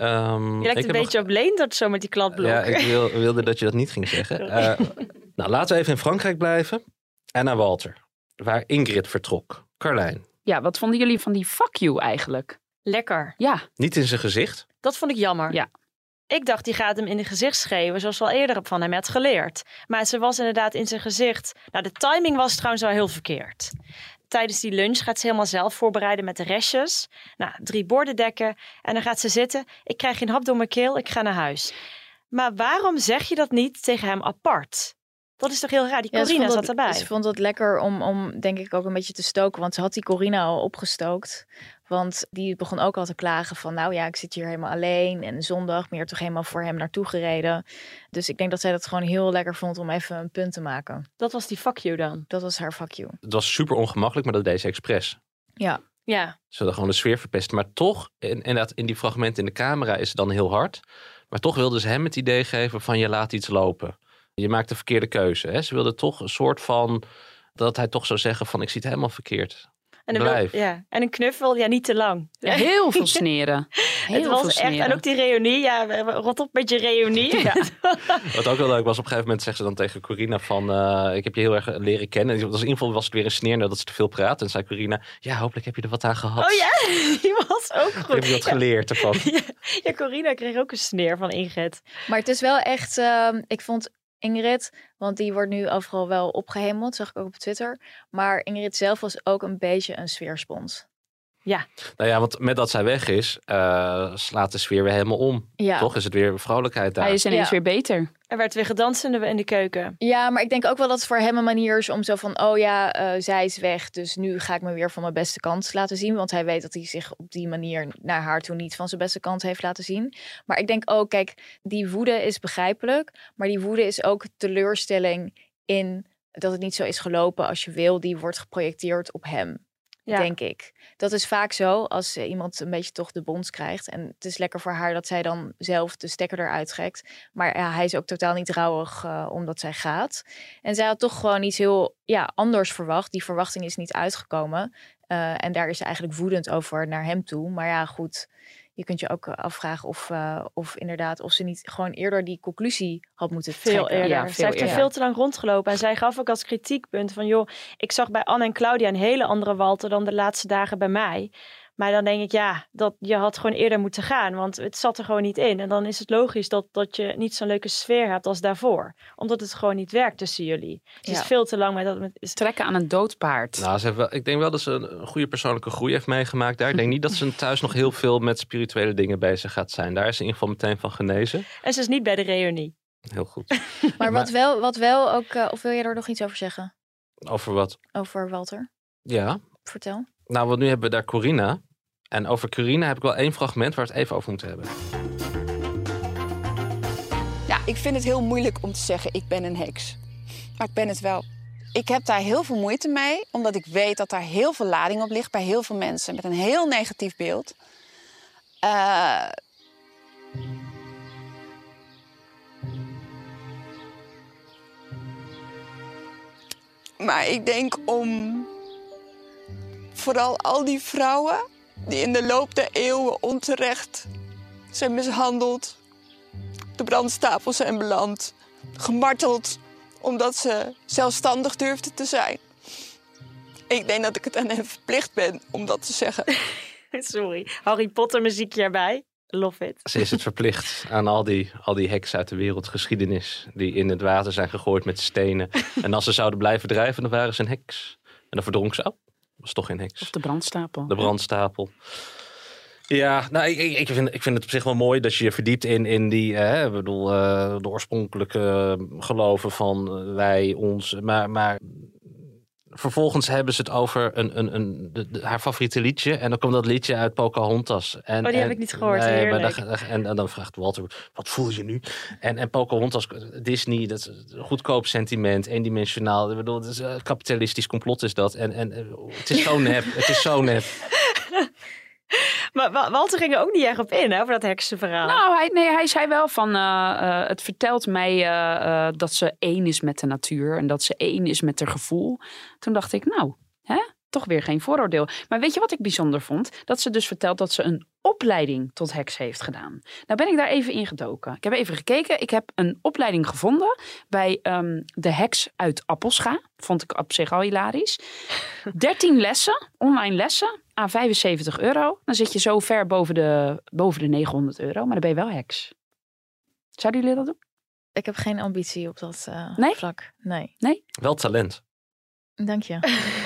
je Um, lijkt een beetje nog... op Leendert zo met die kladblok. Ja, ik wil, wilde dat je dat niet ging zeggen. Uh, nou, laten we even in Frankrijk blijven. En naar Walter. Waar Ingrid vertrok. Carlijn. Ja, wat vonden jullie van die fuck you eigenlijk? Lekker. Ja. Niet in zijn gezicht? Dat vond ik jammer. Ja. Ik dacht, die gaat hem in het gezicht schreeuwen, zoals we al eerder van hem had geleerd. Maar ze was inderdaad in zijn gezicht. Nou, de timing was trouwens wel heel verkeerd. Tijdens die lunch gaat ze helemaal zelf voorbereiden met de restjes. Nou, drie borden dekken. En dan gaat ze zitten. Ik krijg geen hap door mijn keel, ik ga naar huis. Maar waarom zeg je dat niet tegen hem apart? Dat is toch heel raar? Die ja, Corina zat dat, erbij. Ze vond het lekker om, om, denk ik, ook een beetje te stoken. Want ze had die Corina al opgestookt. Want die begon ook al te klagen van... nou ja, ik zit hier helemaal alleen. En zondag meer toch helemaal voor hem naartoe gereden. Dus ik denk dat zij dat gewoon heel lekker vond om even een punt te maken. Dat was die fuck you dan? Dat was haar fuck you. Het was super ongemakkelijk, maar dat deed ze expres. Ja. Ja. Ze hadden gewoon de sfeer verpest. Maar toch, inderdaad, in die fragmenten in de camera is het dan heel hard. Maar toch wilden ze hem het idee geven van je laat iets lopen. Je maakt de verkeerde keuze. Hè? Ze wilden toch een soort van... dat hij toch zou zeggen van ik zie het helemaal verkeerd. En een, Blijf. wil, ja. en een knuffel, ja, niet te lang. Ja, heel veel sneren. Heel het was veel echt, sneren. en ook die reunie, ja, rot op met je reunie. Ja. Wat ook wel leuk was, op een gegeven moment zegt ze dan tegen Corina van... Uh, ik heb je heel erg leren kennen. Dat was in ieder geval was het weer een sneer dat ze te veel praat. En zei Corina, ja, hopelijk heb je er wat aan gehad. Oh ja, die was ook goed. Heb je wat geleerd ervan? Ja, ja, Corina kreeg ook een sneer van Ingrid. Maar het is wel echt, uh, ik vond... Ingrid, want die wordt nu overal wel opgehemeld, zag ik ook op Twitter. Maar Ingrid zelf was ook een beetje een sfeerspons. Ja. Nou ja, want met dat zij weg is, uh, slaat de sfeer weer helemaal om. Ja. Toch is het weer vrolijkheid daar. Hij is ineens Ja. weer beter. Er werd weer gedanst in de, in de keuken. Ja, maar ik denk ook wel dat het voor hem een manier is om zo van... oh ja, uh, zij is weg, dus nu ga ik me weer van mijn beste kant laten zien. Want hij weet dat hij zich op die manier naar haar toe niet van zijn beste kant heeft laten zien. Maar ik denk ook, kijk, die woede is begrijpelijk. Maar die woede is ook teleurstelling in dat het niet zo is gelopen als je wil. Die wordt geprojecteerd op hem. Ja. Denk ik. Dat is vaak zo als uh, iemand een beetje toch de bons krijgt. En het is lekker voor haar dat zij dan zelf de stekker eruit trekt. Maar ja, hij is ook totaal niet rouwig uh, omdat zij gaat. En zij had toch gewoon iets heel ja, anders verwacht. Die verwachting is niet uitgekomen. Uh, en daar is ze eigenlijk woedend over naar hem toe. Maar ja, goed. Je kunt je ook afvragen of, uh, of inderdaad of ze niet gewoon eerder die conclusie had moeten veel trekken. Eerder. Ja, veel veel heeft er eerder. veel te lang rondgelopen. En zij gaf ook als kritiekpunt van... joh, ik zag bij Anne en Claudia een hele andere Walter... dan de laatste dagen bij mij. Maar dan denk ik, ja, dat je had gewoon eerder moeten gaan. Want het zat er gewoon niet in. En dan is het logisch dat, dat je niet zo'n leuke sfeer hebt als daarvoor. Omdat het gewoon niet werkt tussen jullie. Het Ja. is veel te lang met dat... Met, is... Trekken aan een dood paard. Nou, ze heeft wel, ik denk wel dat ze een goede persoonlijke groei heeft meegemaakt daar. Ik denk niet dat ze thuis nog heel veel met spirituele dingen bezig gaat zijn. Daar is ze in ieder geval meteen van genezen. En ze is niet bij de reunie. Heel goed. Maar wat wel, wat wel ook... Uh, of wil je er nog iets over zeggen? Over wat? Over Walter? Ja. Vertel. Nou, want nu hebben we daar Corina... En over Corina heb ik wel één fragment waar we het even over moeten hebben. Ja, ik vind het heel moeilijk om te zeggen ik ben een heks. Maar ik ben het wel. Ik heb daar heel veel moeite mee, omdat ik weet dat daar heel veel lading op ligt bij heel veel mensen met een heel negatief beeld. Uh... Maar ik denk om vooral al die vrouwen die in de loop der eeuwen onterecht zijn mishandeld, op de brandstapel zijn beland, gemarteld omdat ze zelfstandig durfden te zijn. Ik denk dat ik het aan hem verplicht ben om dat te zeggen. Sorry. Harry Potter muziekje erbij. Love it. Ze is het verplicht aan al die, al die heksen uit de wereldgeschiedenis die in het water zijn gegooid met stenen. En als ze zouden blijven drijven, dan waren ze een heks. En dan verdronk ze. Oh, was toch geen heks. Of de brandstapel. De brandstapel. Ja, nou, ik, ik, vind, ik vind het op zich wel mooi dat je je verdiept in, in die, eh, ik bedoel, uh, de oorspronkelijke geloven van uh, wij, ons. Maar, maar vervolgens hebben ze het over een, een, een, de, de, haar favoriete liedje. En dan komt dat liedje uit Pocahontas. En, oh, die en, heb ik niet gehoord. Nee, maar dan, en, en dan vraagt Walter, wat voel je nu? En, en Pocahontas, Disney, dat is een goedkoop sentiment, eendimensionaal. Ik bedoel, het is een kapitalistisch complot is dat. En, en het is zo nep, het is zo nep. Maar Walter ging er ook niet erg op in, hè, over dat heksenverhaal. Nou, hij, nee, hij zei wel van, uh, uh, het vertelt mij uh, uh, dat ze één is met de natuur en dat ze één is met haar gevoel. Toen dacht ik, nou, hè, toch weer geen vooroordeel. Maar weet je wat ik bijzonder vond? Dat ze dus vertelt dat ze een opleiding tot heks heeft gedaan. Nou ben ik daar even in gedoken. Ik heb even gekeken. Ik heb een opleiding gevonden bij um, de heks uit Appelscha. Vond ik op zich al hilarisch. dertien lessen, online lessen, aan vijfenzeventig euro. Dan zit je zo ver boven de, boven de negenhonderd euro. Maar dan ben je wel heks. Zouden jullie dat doen? Ik heb geen ambitie op dat uh, nee? vlak. Nee. nee. Wel talent. Dank je.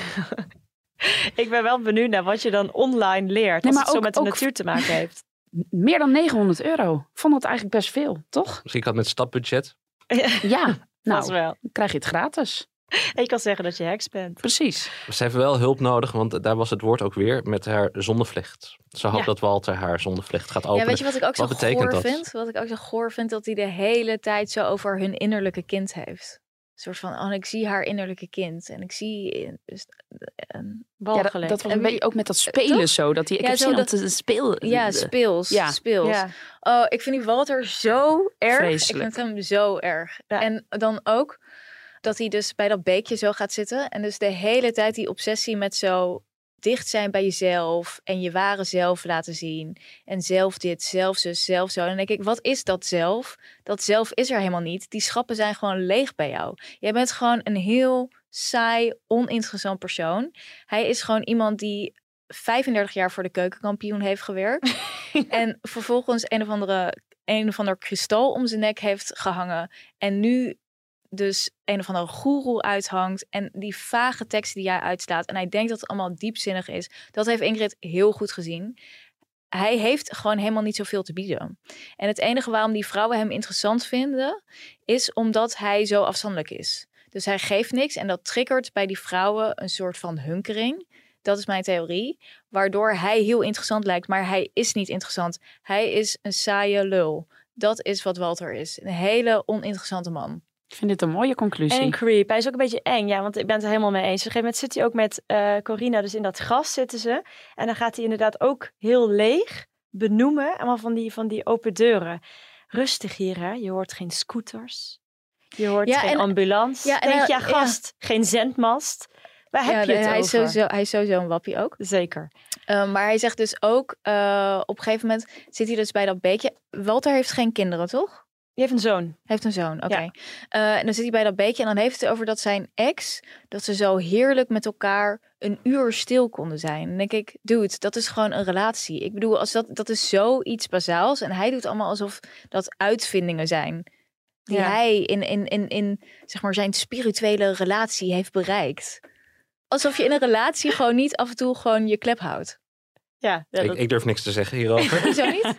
Ik ben wel benieuwd naar wat je dan online leert. Nee, als het ook, zo met de ook natuur te maken heeft. Meer dan negenhonderd euro. Ik vond dat eigenlijk best veel, toch? Misschien kan het met stapbudget. Ja, nou, wel. Dan krijg je het gratis. En je kan zeggen dat je heks bent. Precies. Ze heeft wel hulp nodig, want daar was het woord ook weer met haar zonnevlecht. Ze hoopt ja. dat Walter haar zonnevlecht gaat openen. Ja, weet je wat ik ook wat zo goor dat? vind? Wat ik ook zo goor vind, dat hij de hele tijd zo over hun innerlijke kind heeft. Een soort van, oh, ik zie haar innerlijke kind. En ik zie dus, een bal ja, dat, gelegd. dat was een beetje ook met dat spelen uh, zo. Dat hij, ik ja, heb zo zin dat, om te spelen. Ja, speels. Ja. speels. Ja. Oh, ik vind die Walter zo erg. Vreselijk. Ik vind hem zo erg. Ja. En dan ook dat hij dus bij dat beekje zo gaat zitten. En dus de hele tijd die obsessie met zo dicht zijn bij jezelf. En je ware zelf laten zien. En zelf dit, zelf zus, zelf zo. En dan denk ik, wat is dat zelf? Dat zelf is er helemaal niet. Die schappen zijn gewoon leeg bij jou. Jij bent gewoon een heel saai, oninteressant persoon. Hij is gewoon iemand die vijfendertig jaar voor de keukenkampioen heeft gewerkt. En vervolgens een of andere, een of ander kristal om zijn nek heeft gehangen. En nu dus een of andere goeroe uithangt. En die vage teksten die hij uitslaat. En hij denkt dat het allemaal diepzinnig is. Dat heeft Ingrid heel goed gezien. Hij heeft gewoon helemaal niet zoveel te bieden. En het enige waarom die vrouwen hem interessant vinden, is omdat hij zo afstandelijk is. Dus hij geeft niks en dat triggert bij die vrouwen een soort van hunkering. Dat is mijn theorie. Waardoor hij heel interessant lijkt, maar hij is niet interessant. Hij is een saaie lul. Dat is wat Walter is. Een hele oninteressante man. Ik vind dit een mooie conclusie. En een creep. Hij is ook een beetje eng, ja, want ik ben het er helemaal mee eens. Op een gegeven moment zit hij ook met uh, Corina, dus in dat gras zitten ze. En dan gaat hij inderdaad ook heel leeg benoemen. Allemaal van die, van die open deuren. Rustig hier, hè. Je hoort geen scooters. Je hoort ja, geen en, ambulance. Ja, en denk je, ja, gast, ja. geen zendmast. Waar ja, heb je het hij over? Is sowieso, hij is sowieso een wappie ook. Zeker. Uh, maar hij zegt dus ook, uh, op een gegeven moment zit hij dus bij dat beekje. Walter heeft geen kinderen, toch? Die heeft een zoon. Hij heeft een zoon, oké. Okay. Ja. Uh, en dan zit hij bij dat beekje en dan heeft het over dat zijn ex, dat ze zo heerlijk met elkaar een uur stil konden zijn. Dan denk ik, dude, dat is gewoon een relatie. Ik bedoel, als dat, dat is zoiets bazaals. En hij doet allemaal alsof dat uitvindingen zijn die ja. hij in, in, in, in zeg maar zijn spirituele relatie heeft bereikt. Alsof je in een relatie gewoon niet af en toe gewoon je klep houdt. Ja, ja ik, dat... ik durf niks te zeggen hierover. Hoezo niet?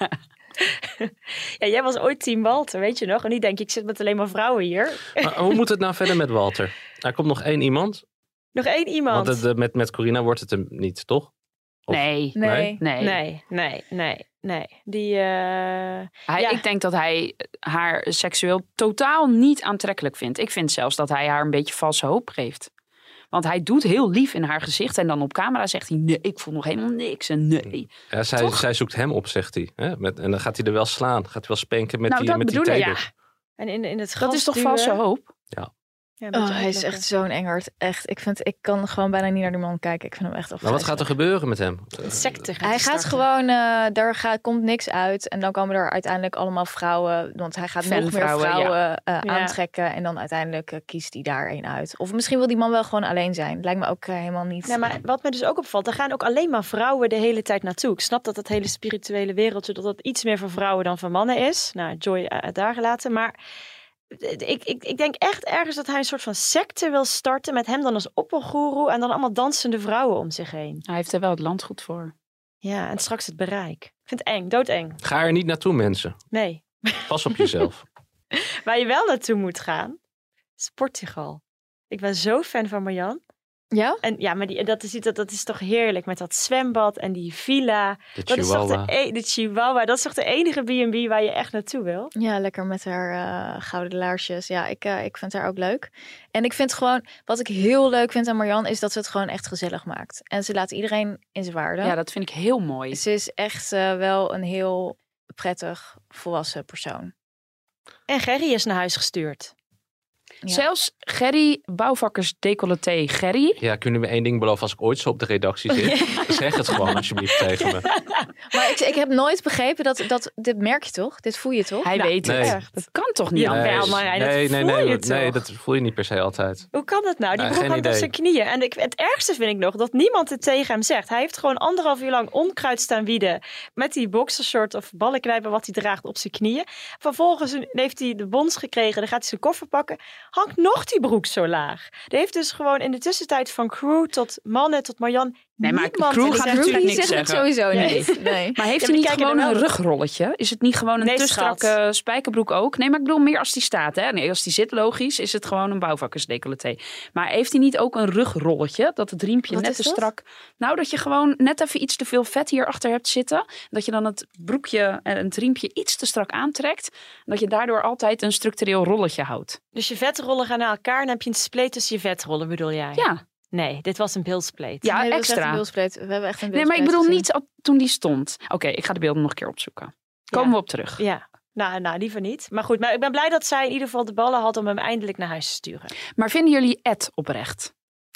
Ja, jij was ooit team Walter, weet je nog? En nu denk ik, ik zit met alleen maar vrouwen hier. Maar hoe moet het nou verder met Walter? Er komt nog één iemand. Nog één iemand? Want het, met, met Corina wordt het hem niet, toch? Of... Nee. Nee. Nee. Nee. Nee. Nee. Nee. Die, uh... hij, ja. Ik denk dat hij haar seksueel totaal niet aantrekkelijk vindt. Ik vind zelfs dat hij haar een beetje valse hoop geeft. Want hij doet heel lief in haar gezicht. En dan op camera zegt hij, nee, ik voel nog helemaal niks. En nee. Ja, zij, zij zoekt hem op, zegt hij. Hè? Met, en dan gaat hij er wel slaan. Gaat hij wel spanken met nou, die, met die teder. Ja. En in, in het dat is toch valse hoop? Ja. Ja, Oh, hij is echt zo'n engert. Echt, ik, vind, ik kan gewoon bijna niet naar die man kijken. Ik vind hem echt Maar wat gaat er gebeuren met hem? Een secte gaat Hij gaat gewoon, uh, daar gaat, komt niks uit. En dan komen er uiteindelijk allemaal vrouwen. Want hij gaat nog meer vrouwen ja. uh, ja. aantrekken. En dan uiteindelijk uh, kiest hij daar één uit. Of misschien wil die man wel gewoon alleen zijn. Lijkt me ook uh, helemaal niet. Nee, maar wat me dus ook opvalt, er gaan ook alleen maar vrouwen de hele tijd naartoe. Ik snap dat dat hele spirituele wereldje, dat dat iets meer voor vrouwen dan voor mannen is. Nou, Joy uh, daar gelaten. Maar Ik, ik, ik denk echt ergens dat hij een soort van secte wil starten met hem dan als oppergoeroe en dan allemaal dansende vrouwen om zich heen. Hij heeft er wel het land goed voor. Ja, en straks het bereik. Ik vind het eng, doodeng. Ga er niet naartoe, mensen. Nee. Pas op jezelf. Waar je wel naartoe moet gaan, is Portugal. Ik ben zo fan van Marjan. Ja? En ja, maar die, dat, is, dat, dat is toch heerlijk met dat zwembad en die villa. De dat Chihuahua. Is toch de, e- de Chihuahua. Dat is toch de enige B en B waar je echt naartoe wil? Ja, lekker met haar uh, gouden laarsjes. Ja, ik, uh, ik vind haar ook leuk. En ik vind gewoon, wat ik heel leuk vind aan Marjan, is dat ze het gewoon echt gezellig maakt. En ze laat iedereen in zijn waarde. Ja, dat vind ik heel mooi. Ze is echt uh, wel een heel prettig, volwassen persoon. En Gerry is naar huis gestuurd. Ja. Zelfs Gerry, bouwvakkers decolleté Gerry. Ja, kunnen we één ding beloven als ik ooit zo op de redactie zit? Zeg het gewoon alsjeblieft tegen me. Maar ik, ik heb nooit begrepen dat, dat... Dit merk je toch? Dit voel je toch? Hij nou, weet het. Nee. Dat kan toch niet? Ja, nee, wel, maar nee, dat nee, voel nee, je nee, toch? nee, dat voel je niet per se altijd. Hoe kan dat nou? Die Nee, broek geen hangt op idee. zijn knieën. En ik, het ergste vind ik nog dat niemand het tegen hem zegt. Hij heeft gewoon anderhalf uur lang onkruid staan wieden met die boxershort of ballenknijper wat hij draagt op zijn knieën. Vervolgens heeft hij de bons gekregen. Dan gaat hij zijn koffer pakken. Hangt nog die broek zo laag. Die heeft dus gewoon in de tussentijd van crew tot mannen tot Marjan. Nee, maar niemand crew die gaat zegt- natuurlijk Die niks zegt het zeggen. sowieso Nee. niet. Nee. Maar heeft Ja, hij maar niet kijk er gewoon wel een naar. rugrolletje? Is het niet gewoon een Nee, te schat. strakke spijkerbroek ook? Nee, maar ik bedoel meer als die staat. Hè? Nee, als die zit, logisch, is het gewoon een bouwvakkersdecolleté. Maar heeft hij niet ook een rugrolletje? Dat het riempje Wat net is te dat? strak... Nou, dat je gewoon net even iets te veel vet hierachter hebt zitten. Dat je dan het broekje en het riempje iets te strak aantrekt. En dat je daardoor altijd een structureel rolletje houdt. Dus je vetrollen gaan naar elkaar en dan heb je een spleet tussen je vetrollen, bedoel jij? Ja, Nee, dit was een bilspleet. ja Nee, dat is echt extra. een bilspleet. We hebben echt een Nee, maar ik bilspleet bedoel gezien. niet al- toen die stond. Oké, ik ga de beelden nog een keer opzoeken. Komen Ja. we op terug. Ja, nou, nou, liever niet. Maar goed, maar ik ben blij dat zij in ieder geval de ballen had om hem eindelijk naar huis te sturen. Maar vinden jullie Ed oprecht?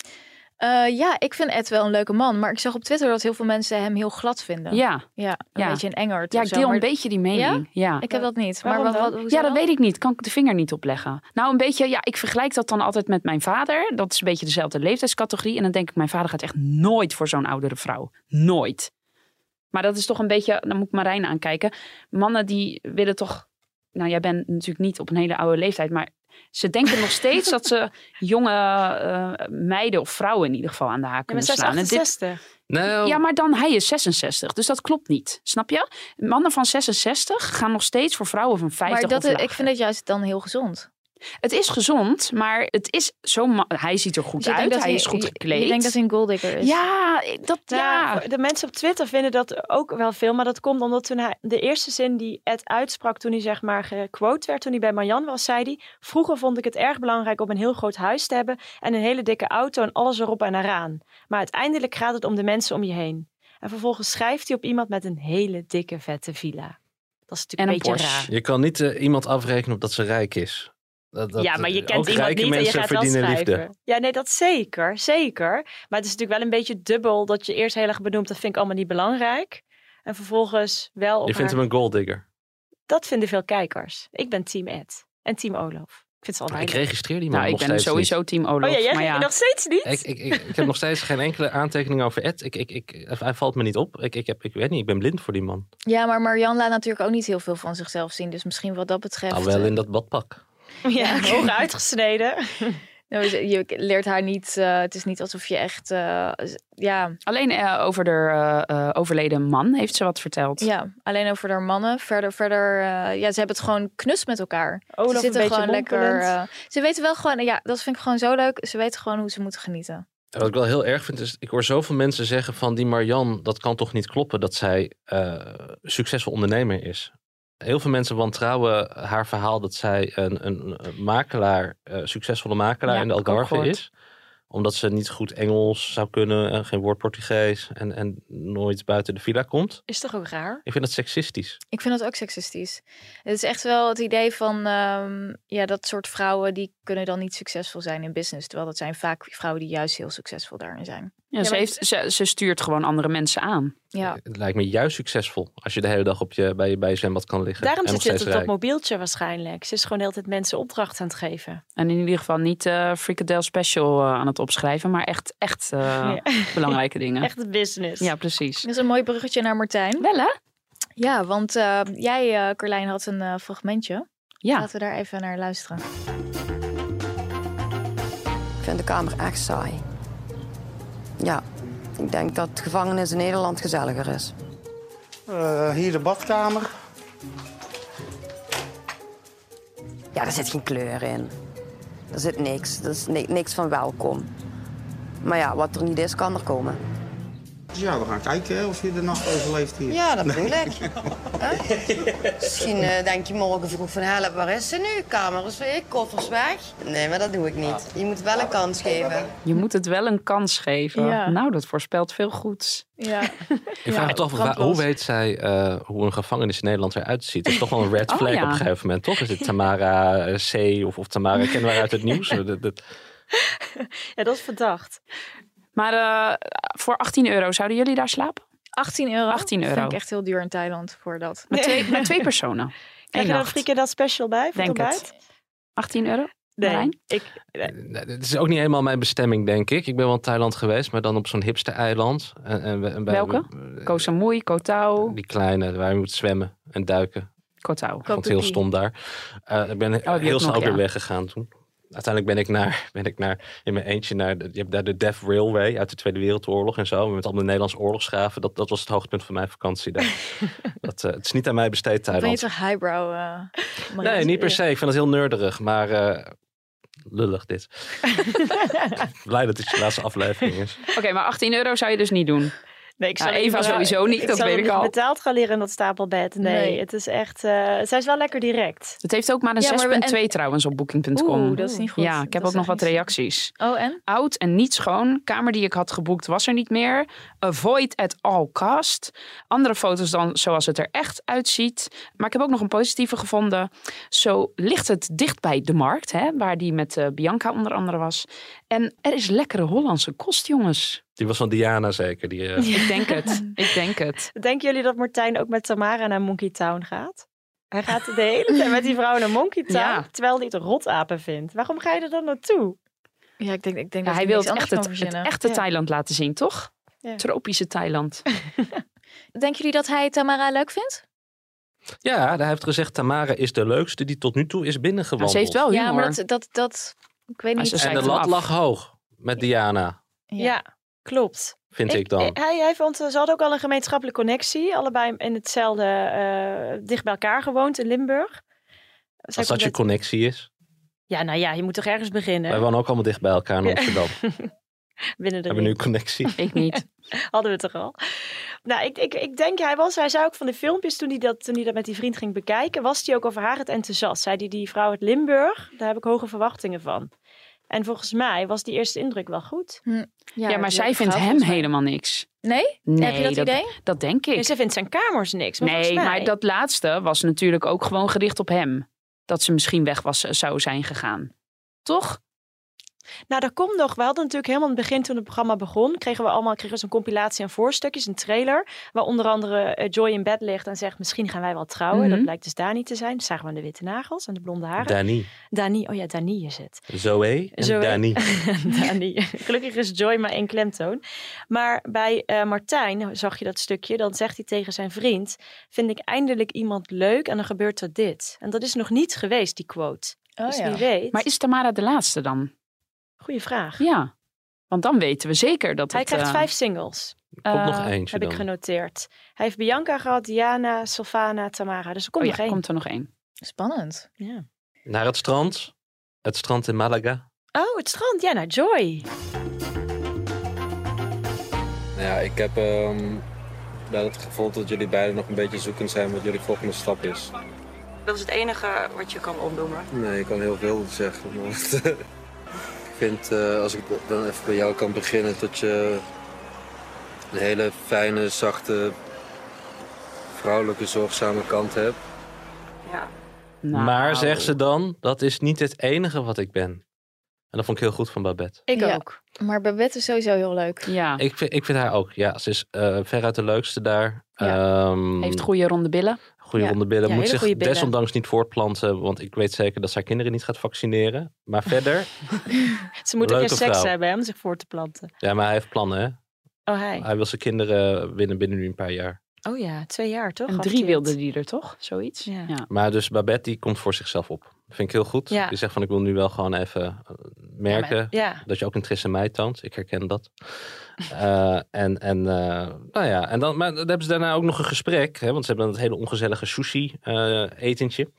Uh, ja, ik vind Ed wel een leuke man. Maar ik zag op Twitter dat heel veel mensen hem heel glad vinden. Ja, Ja, een Ja. beetje een engert. ja of ik zo, deel maar een beetje die mening. Ja? Ik heb dat niet. Waarom maar wat, dan? wat, hoezo Ja, dat dan? weet ik niet. Kan ik de vinger niet opleggen. Nou, een beetje, ja, ik vergelijk dat dan altijd met mijn vader. Dat is een beetje dezelfde leeftijdscategorie. En dan denk ik, mijn vader gaat echt nooit voor zo'n oudere vrouw. Nooit. Maar dat is toch een beetje, dan moet ik Marijn aankijken. Mannen die willen toch, nou jij bent natuurlijk niet op een hele oude leeftijd, maar ze denken nog steeds dat ze jonge uh, meiden of vrouwen in ieder geval aan de haak Ja, maar kunnen zij is slaan. En dit- achtenzestig. Nou, Ja, maar dan hij is zesenzestig. Dus dat klopt niet. Snap je? Mannen van zesenzestig gaan nog steeds voor vrouwen van vijftig Maar dat, of lager. ik vind het juist dan heel gezond. Het is gezond, maar het is zo... ma- Hij ziet er goed Dus je denkt uit. dat Hij hij- is goed je- gekleed. Je denkt dat hij een golddigger is. Ja, dat... Ja, Ja. de mensen op Twitter vinden dat ook wel veel. Maar dat komt omdat toen hij, de eerste zin die Ed uitsprak toen hij zeg maar gequote werd, toen hij bij Marjan was, zei hij: vroeger vond ik het erg belangrijk om een heel groot huis te hebben en een hele dikke auto en alles erop en eraan. Maar uiteindelijk gaat het om de mensen om je heen. En vervolgens schrijft hij op iemand met een hele dikke vette villa. Dat is natuurlijk En een een beetje Porsche. raar. je kan niet uh, iemand afrekenen op dat ze rijk is. Dat, dat, ja, maar je kent ook iemand rijke niet en je mensen gaat wel verdienen schrijven. liefde. Ja, nee, dat zeker, zeker. Maar het is natuurlijk wel een beetje dubbel dat je eerst heel erg benoemt, dat vind ik allemaal niet belangrijk. En vervolgens wel op Je vindt haar... hem een golddigger. Dat vinden veel kijkers. Ik ben team Ed en team Olaf. Ik vind ze al Maar ik duidelijk. registreer die man Nou, ik nog ben steeds sowieso niet. team Olaf. Oh ja, jij maar ja. nog steeds niet? Ik, ik, ik, ik heb nog steeds geen enkele aantekening over Ed. Ik, ik, ik, hij valt me niet op. Ik, ik, heb, ik weet niet, ik ben blind voor die man. Ja, maar Marjan laat natuurlijk ook niet heel veel van zichzelf zien. Dus misschien wat dat betreft... Al wel eh, in dat badpak. Ja, ogen uitgesneden. nou, je leert haar niet... uh, het is niet alsof je echt... Uh, ja, Alleen uh, over de uh, uh, overleden man heeft ze wat verteld. ja, alleen over haar mannen. Verder, verder uh, ja, ze hebben het gewoon knus met elkaar. Olaf ze zitten een beetje gewoon lekker... mompelend. Uh, ze weten wel gewoon... Ja, dat vind ik gewoon zo leuk. Ze weten gewoon hoe ze moeten genieten. Wat ik wel heel erg vind is, ik hoor zoveel mensen zeggen van die Marjan, dat kan toch niet kloppen dat zij uh, succesvol ondernemer is. Heel veel mensen wantrouwen haar verhaal dat zij een, een, een makelaar, uh, succesvolle makelaar Ja, in de ik ook Algarve gehoord. is. omdat ze niet goed Engels zou kunnen en geen woord Portugees en, en nooit buiten de villa komt. Is toch ook raar? Ik vind dat seksistisch. Ik vind dat ook seksistisch. Het is echt wel het idee van, um, ja, dat soort vrouwen die kunnen dan niet succesvol zijn in business. Terwijl dat zijn vaak vrouwen die juist heel succesvol daarin zijn. Ja, Ja, ze, maar- heeft, ze, ze stuurt gewoon andere mensen aan. Ja. Het lijkt me juist succesvol als je de hele dag op je, bij, je, bij je zwembad kan liggen. Daarom en nog zit ze steeds op dat rijk. mobieltje waarschijnlijk. Ze is gewoon de hele tijd mensen opdracht aan het geven. En in ieder geval niet uh, Frikadel Special uh, aan het opschrijven, maar echt, echt uh, Ja. belangrijke dingen. Echt het business. Ja, precies. Dat is een mooi bruggetje naar Martijn. Wel hè? Ja, want uh, jij, uh, Carlijn, had een uh, fragmentje. Ja. Laten we daar even naar luisteren. Ik vind de kamer echt saai. Ja, ik denk dat de gevangenis in Nederland gezelliger is. Uh, hier de badkamer. Ja, er zit geen kleur in. Er zit niks. Er is ni- niks van welkom. Maar ja, wat er niet is, kan er komen. Dus ja, we gaan kijken hè, of je de nacht overleeft hier. Ja, dat bedoel ik. Huh? Misschien uh, denk je morgen vroeg van, help, waar is ze nu? Kamer is weg, koffers weg. Nee, maar dat doe ik niet. Je moet wel een kans geven. Je moet het wel een kans geven. Ja. Nou, dat voorspelt veel goeds. Ja. Ik vraag me toch, af, hoe weet zij uh, hoe een gevangenis in Nederland eruit ziet? Dat is toch wel een red Oh, flag ja. op een gegeven moment, toch? Is het Tamara uh, C of, of Tamara kennen we uit het nieuws? dat, dat... Ja, dat is verdacht. Maar uh, voor achttien euro, zouden jullie daar slapen? achttien euro? achttien euro. Vind ik echt heel duur in Thailand voor dat. Met twee, met twee personen. Krijg Eén je dan nacht. frikandel special bij voor Denk het het. ontbijt? achttien euro? Nee, Marijn? ik, Het is ook niet helemaal mijn bestemming, denk ik. Ik ben wel in Thailand geweest, maar dan op zo'n hipster-eiland. En, en, we- en wij- Welke? we- Koh Samui, Koh Tao, Die kleine, waar je moet zwemmen en duiken. Koh Tao. Ik vond het heel stom daar. Uh, ik ben heb je heel ook snel nog, ook weer ja. weggegaan toen. Uiteindelijk ben ik, naar, ben ik naar, in mijn eentje naar de, je hebt daar de Death Railway uit de Tweede Wereldoorlog en zo. Met allemaal Nederlandse oorlogsgraven. Dat, dat was het hoogtepunt van mijn vakantie daar. dat, uh, het is niet aan mij besteed, Ben je Thailand. toch highbrow? Uh, Nee, niet per se. Ik vind het heel nerderig, maar uh, lullig dit. Blij dat het je laatste aflevering is. Oké, okay, maar achttien euro zou je dus niet doen. Nee, ik Nou, zou Eva liever- sowieso niet, ik dat zou weet ik liever al. betaald gaan leren in dat stapelbed. Nee, Nee. het is echt... Uh, zij is wel lekker direct. Het heeft ook maar een Ja, maar zes we- komma twee en- trouwens op booking punt com. Oeh, dat is niet goed. Ja, ik heb Dat ook is nog echt wat niet- reacties. Oh, en? Oud en niet schoon. Kamer die ik had geboekt was er niet meer. Avoid at all cost. Andere foto's dan zoals het er echt uitziet. Maar ik heb ook nog een positieve gevonden. Zo ligt het dicht bij de markt, hè, waar die met uh, Bianca onder andere was. En er is lekkere Hollandse kost, jongens. Die was van Diana zeker. Die, uh... Ik denk het. Ik denk het. Denken jullie dat Martijn ook met Tamara naar Monkey Town gaat? Hij gaat de hele tijd met die vrouw naar Monkey Town, Ja. terwijl hij het rotapen vindt. Waarom ga je er dan naartoe? Ja, ik denk, ik denk Ja, dat hij wil niks het, anders echt kan het, het verzinnen. echte Ja. Thailand laten zien, toch? Ja. Tropische Thailand. Denken jullie dat hij Tamara leuk vindt? Ja, hij heeft gezegd Tamara is de leukste die tot nu toe is Nou, binnengewandeld. ze heeft wel humor. Ja, maar dat, dat, dat... Ik weet Maar niet. ze En zei de lat af. lag hoog met Diana, Ja. Ja, klopt. vind ik, dan. Hij, hij vond, ze hadden ook al een gemeenschappelijke connectie. Allebei in hetzelfde, uh, dicht bij elkaar gewoond in Limburg. Zij Als dat komt je uit- connectie is. Ja, nou ja, je moet toch ergens beginnen. Wij wonen ook allemaal dicht bij elkaar in Ja. Amsterdam. Binnen de We hebben nu ring. connectie. Ik niet. Hadden we het er al. Nou, ik, ik, ik denk, hij was, hij zei ook van de filmpjes toen hij, dat, toen hij dat met die vriend ging bekijken, was hij ook over haar het enthousiast. Zei hij, die vrouw uit Limburg, daar heb ik hoge verwachtingen van. En volgens mij was die eerste indruk wel goed. Ja, maar die zij heb ik vindt gehad, hem volgens mij. helemaal niks. Nee? Nee, Heb je dat, idee? Dat denk ik. Nee, ze vindt zijn kamers niks. Maar Nee, volgens mij- maar dat laatste was natuurlijk ook gewoon gericht op hem. Dat ze misschien weg was, zou zijn gegaan. Toch? Nou, daar komt nog. We hadden natuurlijk helemaal in het begin, toen het programma begon, kregen we allemaal kregen we zo'n compilatie aan voorstukjes, een trailer, waar onder andere eh, Joy in bed ligt en zegt, misschien gaan wij wel trouwen. Mhm. Dat blijkt dus Dani te zijn. Dat zagen we aan de witte nagels en de blonde haren. Dani. Dani, oh ja, Dani is het. Zoe en Zoe. Dani. Dani. Gelukkig is Joy maar één klemtoon. Maar bij eh, Martijn zag je dat stukje. Dan zegt hij tegen zijn vriend, vind ik eindelijk iemand leuk en dan gebeurt er dit. En dat is nog niet geweest, die quote. Oh, dus ja. wie weet. Maar is Tamara de laatste dan? Goeie vraag. Ja. Want dan weten we zeker dat Hij het... krijgt uh, vijf singles. Komt Uh, nog eentje Heb dan. ik genoteerd. Hij heeft Bianca gehad, Diana, Sylvana, Tamara. Dus er komt oh nog ja, één. komt er nog één. Spannend. Ja. Naar het strand. Het strand in Malaga. Oh, het strand. Ja, naar Joy. Nou ja, ik heb um, wel het gevoel dat jullie beiden nog een beetje zoekend zijn wat jullie volgende stap is. Dat is het enige wat je kan opnoemen. Nee, ik kan heel veel zeggen. Maar vind, uh, als ik dan even bij jou kan beginnen, dat je een hele fijne, zachte, vrouwelijke, zorgzame kant hebt. Ja. Nou. Maar zegt ze dan, dat is niet het enige wat ik ben. En dat vond ik heel goed van Babette. Ik ja, ook. Maar Babette is sowieso heel leuk. Ja. Ik vind, ik vind haar ook. Ja, ze is uh, veruit de leukste daar. Ja. Um, Heeft goede ronde billen. Goede ja. ronde billen. Ja, Moet zich billen. desondanks niet voortplanten. Want ik weet zeker dat ze haar kinderen niet gaat vaccineren. Maar verder... Ze moeten geen seks vrouw. hebben hè, om zich voor te planten. Ja, maar hij heeft plannen hè. Oh, hij. Hij wil zijn kinderen winnen binnen nu een paar jaar. Oh ja, twee jaar toch? En drie wilde die er toch? Zoiets. Ja. Ja. Maar dus Babette die komt voor zichzelf op. Dat vind ik heel goed. Ja. Die zegt van ik wil nu wel gewoon even merken ja, maar, ja. dat je ook interesse in mij toont. Ik herken dat. uh, en, en, uh, nou ja, en dan, maar dan hebben ze daarna ook nog een gesprek. Hè, want ze hebben dat hele ongezellige sushi uh, etentje.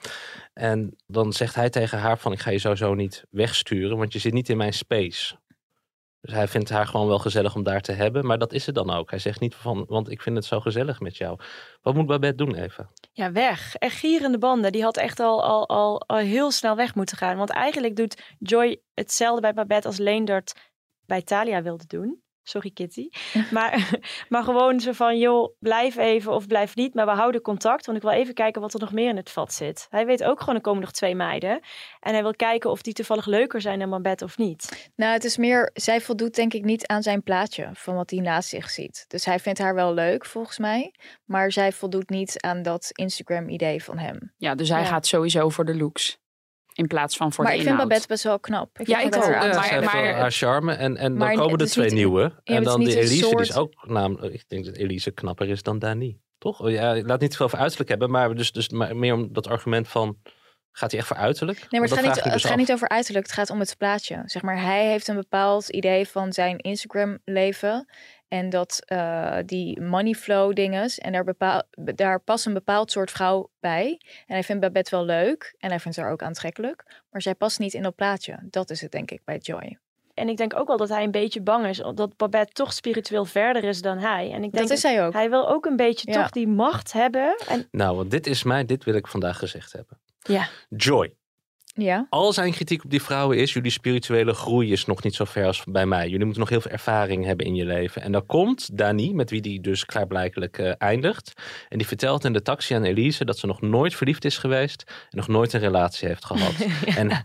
En dan zegt hij tegen haar van ik ga je sowieso niet wegsturen. Want je zit niet in mijn space. Dus hij vindt haar gewoon wel gezellig om daar te hebben. Maar dat is het dan ook. Hij zegt niet van, want ik vind het zo gezellig met jou. Wat moet Babette doen, Eva? Ja, weg. Echt gierende banden. Die had echt al, al, al, al heel snel weg moeten gaan. Want eigenlijk doet Joy hetzelfde bij Babette als Leendert bij Thalia wilde doen. Sorry Kitty. Maar, maar gewoon zo van, joh, blijf even of blijf niet. Maar we houden contact, want ik wil even kijken wat er nog meer in het vat zit. Hij weet ook gewoon, er komen nog twee meiden. En hij wil kijken of die toevallig leuker zijn dan Babette of niet. Nou, het is meer, zij voldoet denk ik niet aan zijn plaatje van wat hij naast zich ziet. Dus hij vindt haar wel leuk, volgens mij. Maar zij voldoet niet aan dat Instagram-idee van hem. Ja, dus hij ja. gaat sowieso voor de looks. In plaats van voor maar de ik inhoud. vind Babette best wel knap. Ik ja, ik ook. Ja, maar, ze heeft maar, wel haar charme. En, en dan maar komen er twee niet, nieuwe. Ja, en dan die Elise, soort... die is ook namelijk... Ik denk dat Elise knapper is dan Dani. Toch? Ja, laat niet te veel over uiterlijk hebben. Maar dus, dus maar meer om dat argument van... Gaat hij echt voor uiterlijk? Nee, maar het gaat, niet, dus het gaat niet over uiterlijk. Het gaat om het plaatje. Zeg maar, hij heeft een bepaald idee van zijn Instagram-leven. En dat uh, die money flow dinges. En daar, bepaal, daar past een bepaald soort vrouw bij. En hij vindt Babette wel leuk. En hij vindt haar ook aantrekkelijk. Maar zij past niet in dat plaatje. Dat is het denk ik bij Joy. En ik denk ook wel dat hij een beetje bang is. Dat Babette toch spiritueel verder is dan hij. En ik denk dat is hij ook. Hij wil ook een beetje ja. toch die macht hebben. En... Nou, want dit is mij, dit wil ik vandaag gezegd hebben. Ja. Joy. Ja. Al zijn kritiek op die vrouwen is, jullie spirituele groei is nog niet zo ver als bij mij. Jullie moeten nog heel veel ervaring hebben in je leven. En dan komt Dani, met wie die dus klaarblijkelijk uh, eindigt. En die vertelt in de taxi aan Elise dat ze nog nooit verliefd is geweest. En nog nooit een relatie heeft gehad. ja. En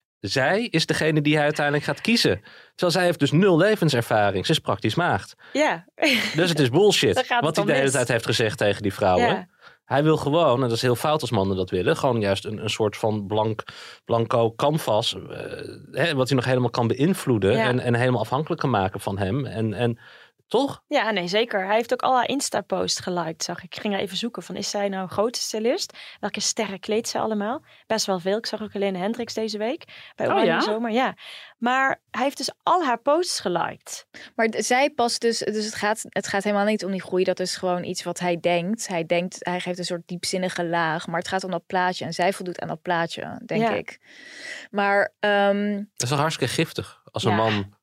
zij is degene die hij uiteindelijk gaat kiezen. Terwijl zij heeft dus nul levenservaring. Ze is praktisch maagd. Ja. Dus het is bullshit wat hij de hele tijd heeft gezegd tegen die vrouwen. Ja. Hij wil gewoon, en dat is heel fout als mannen dat willen, gewoon juist een, een soort van blank, blanco canvas, uh, hè, wat hij nog helemaal kan beïnvloeden ja. en, en helemaal afhankelijk kan maken van hem. En, en toch? Ja, nee, zeker. Hij heeft ook al haar Insta-post geliked, zag ik. Ik ging er even zoeken van, is zij nou een grote stylist? Welke sterren kleedt ze allemaal? Best wel veel. Ik zag ook Helene Hendricks deze week bij Oranje oh, ja? Zomer. Ja. Maar hij heeft dus al haar posts geliked. Maar zij past dus, dus het gaat, het gaat helemaal niet om die groei. Dat is gewoon iets wat hij denkt. Hij denkt, hij geeft een soort diepzinnige laag. Maar het gaat om dat plaatje. En zij voldoet aan dat plaatje, denk ja. ik. Maar... Um... Dat is toch hartstikke giftig als een ja. man...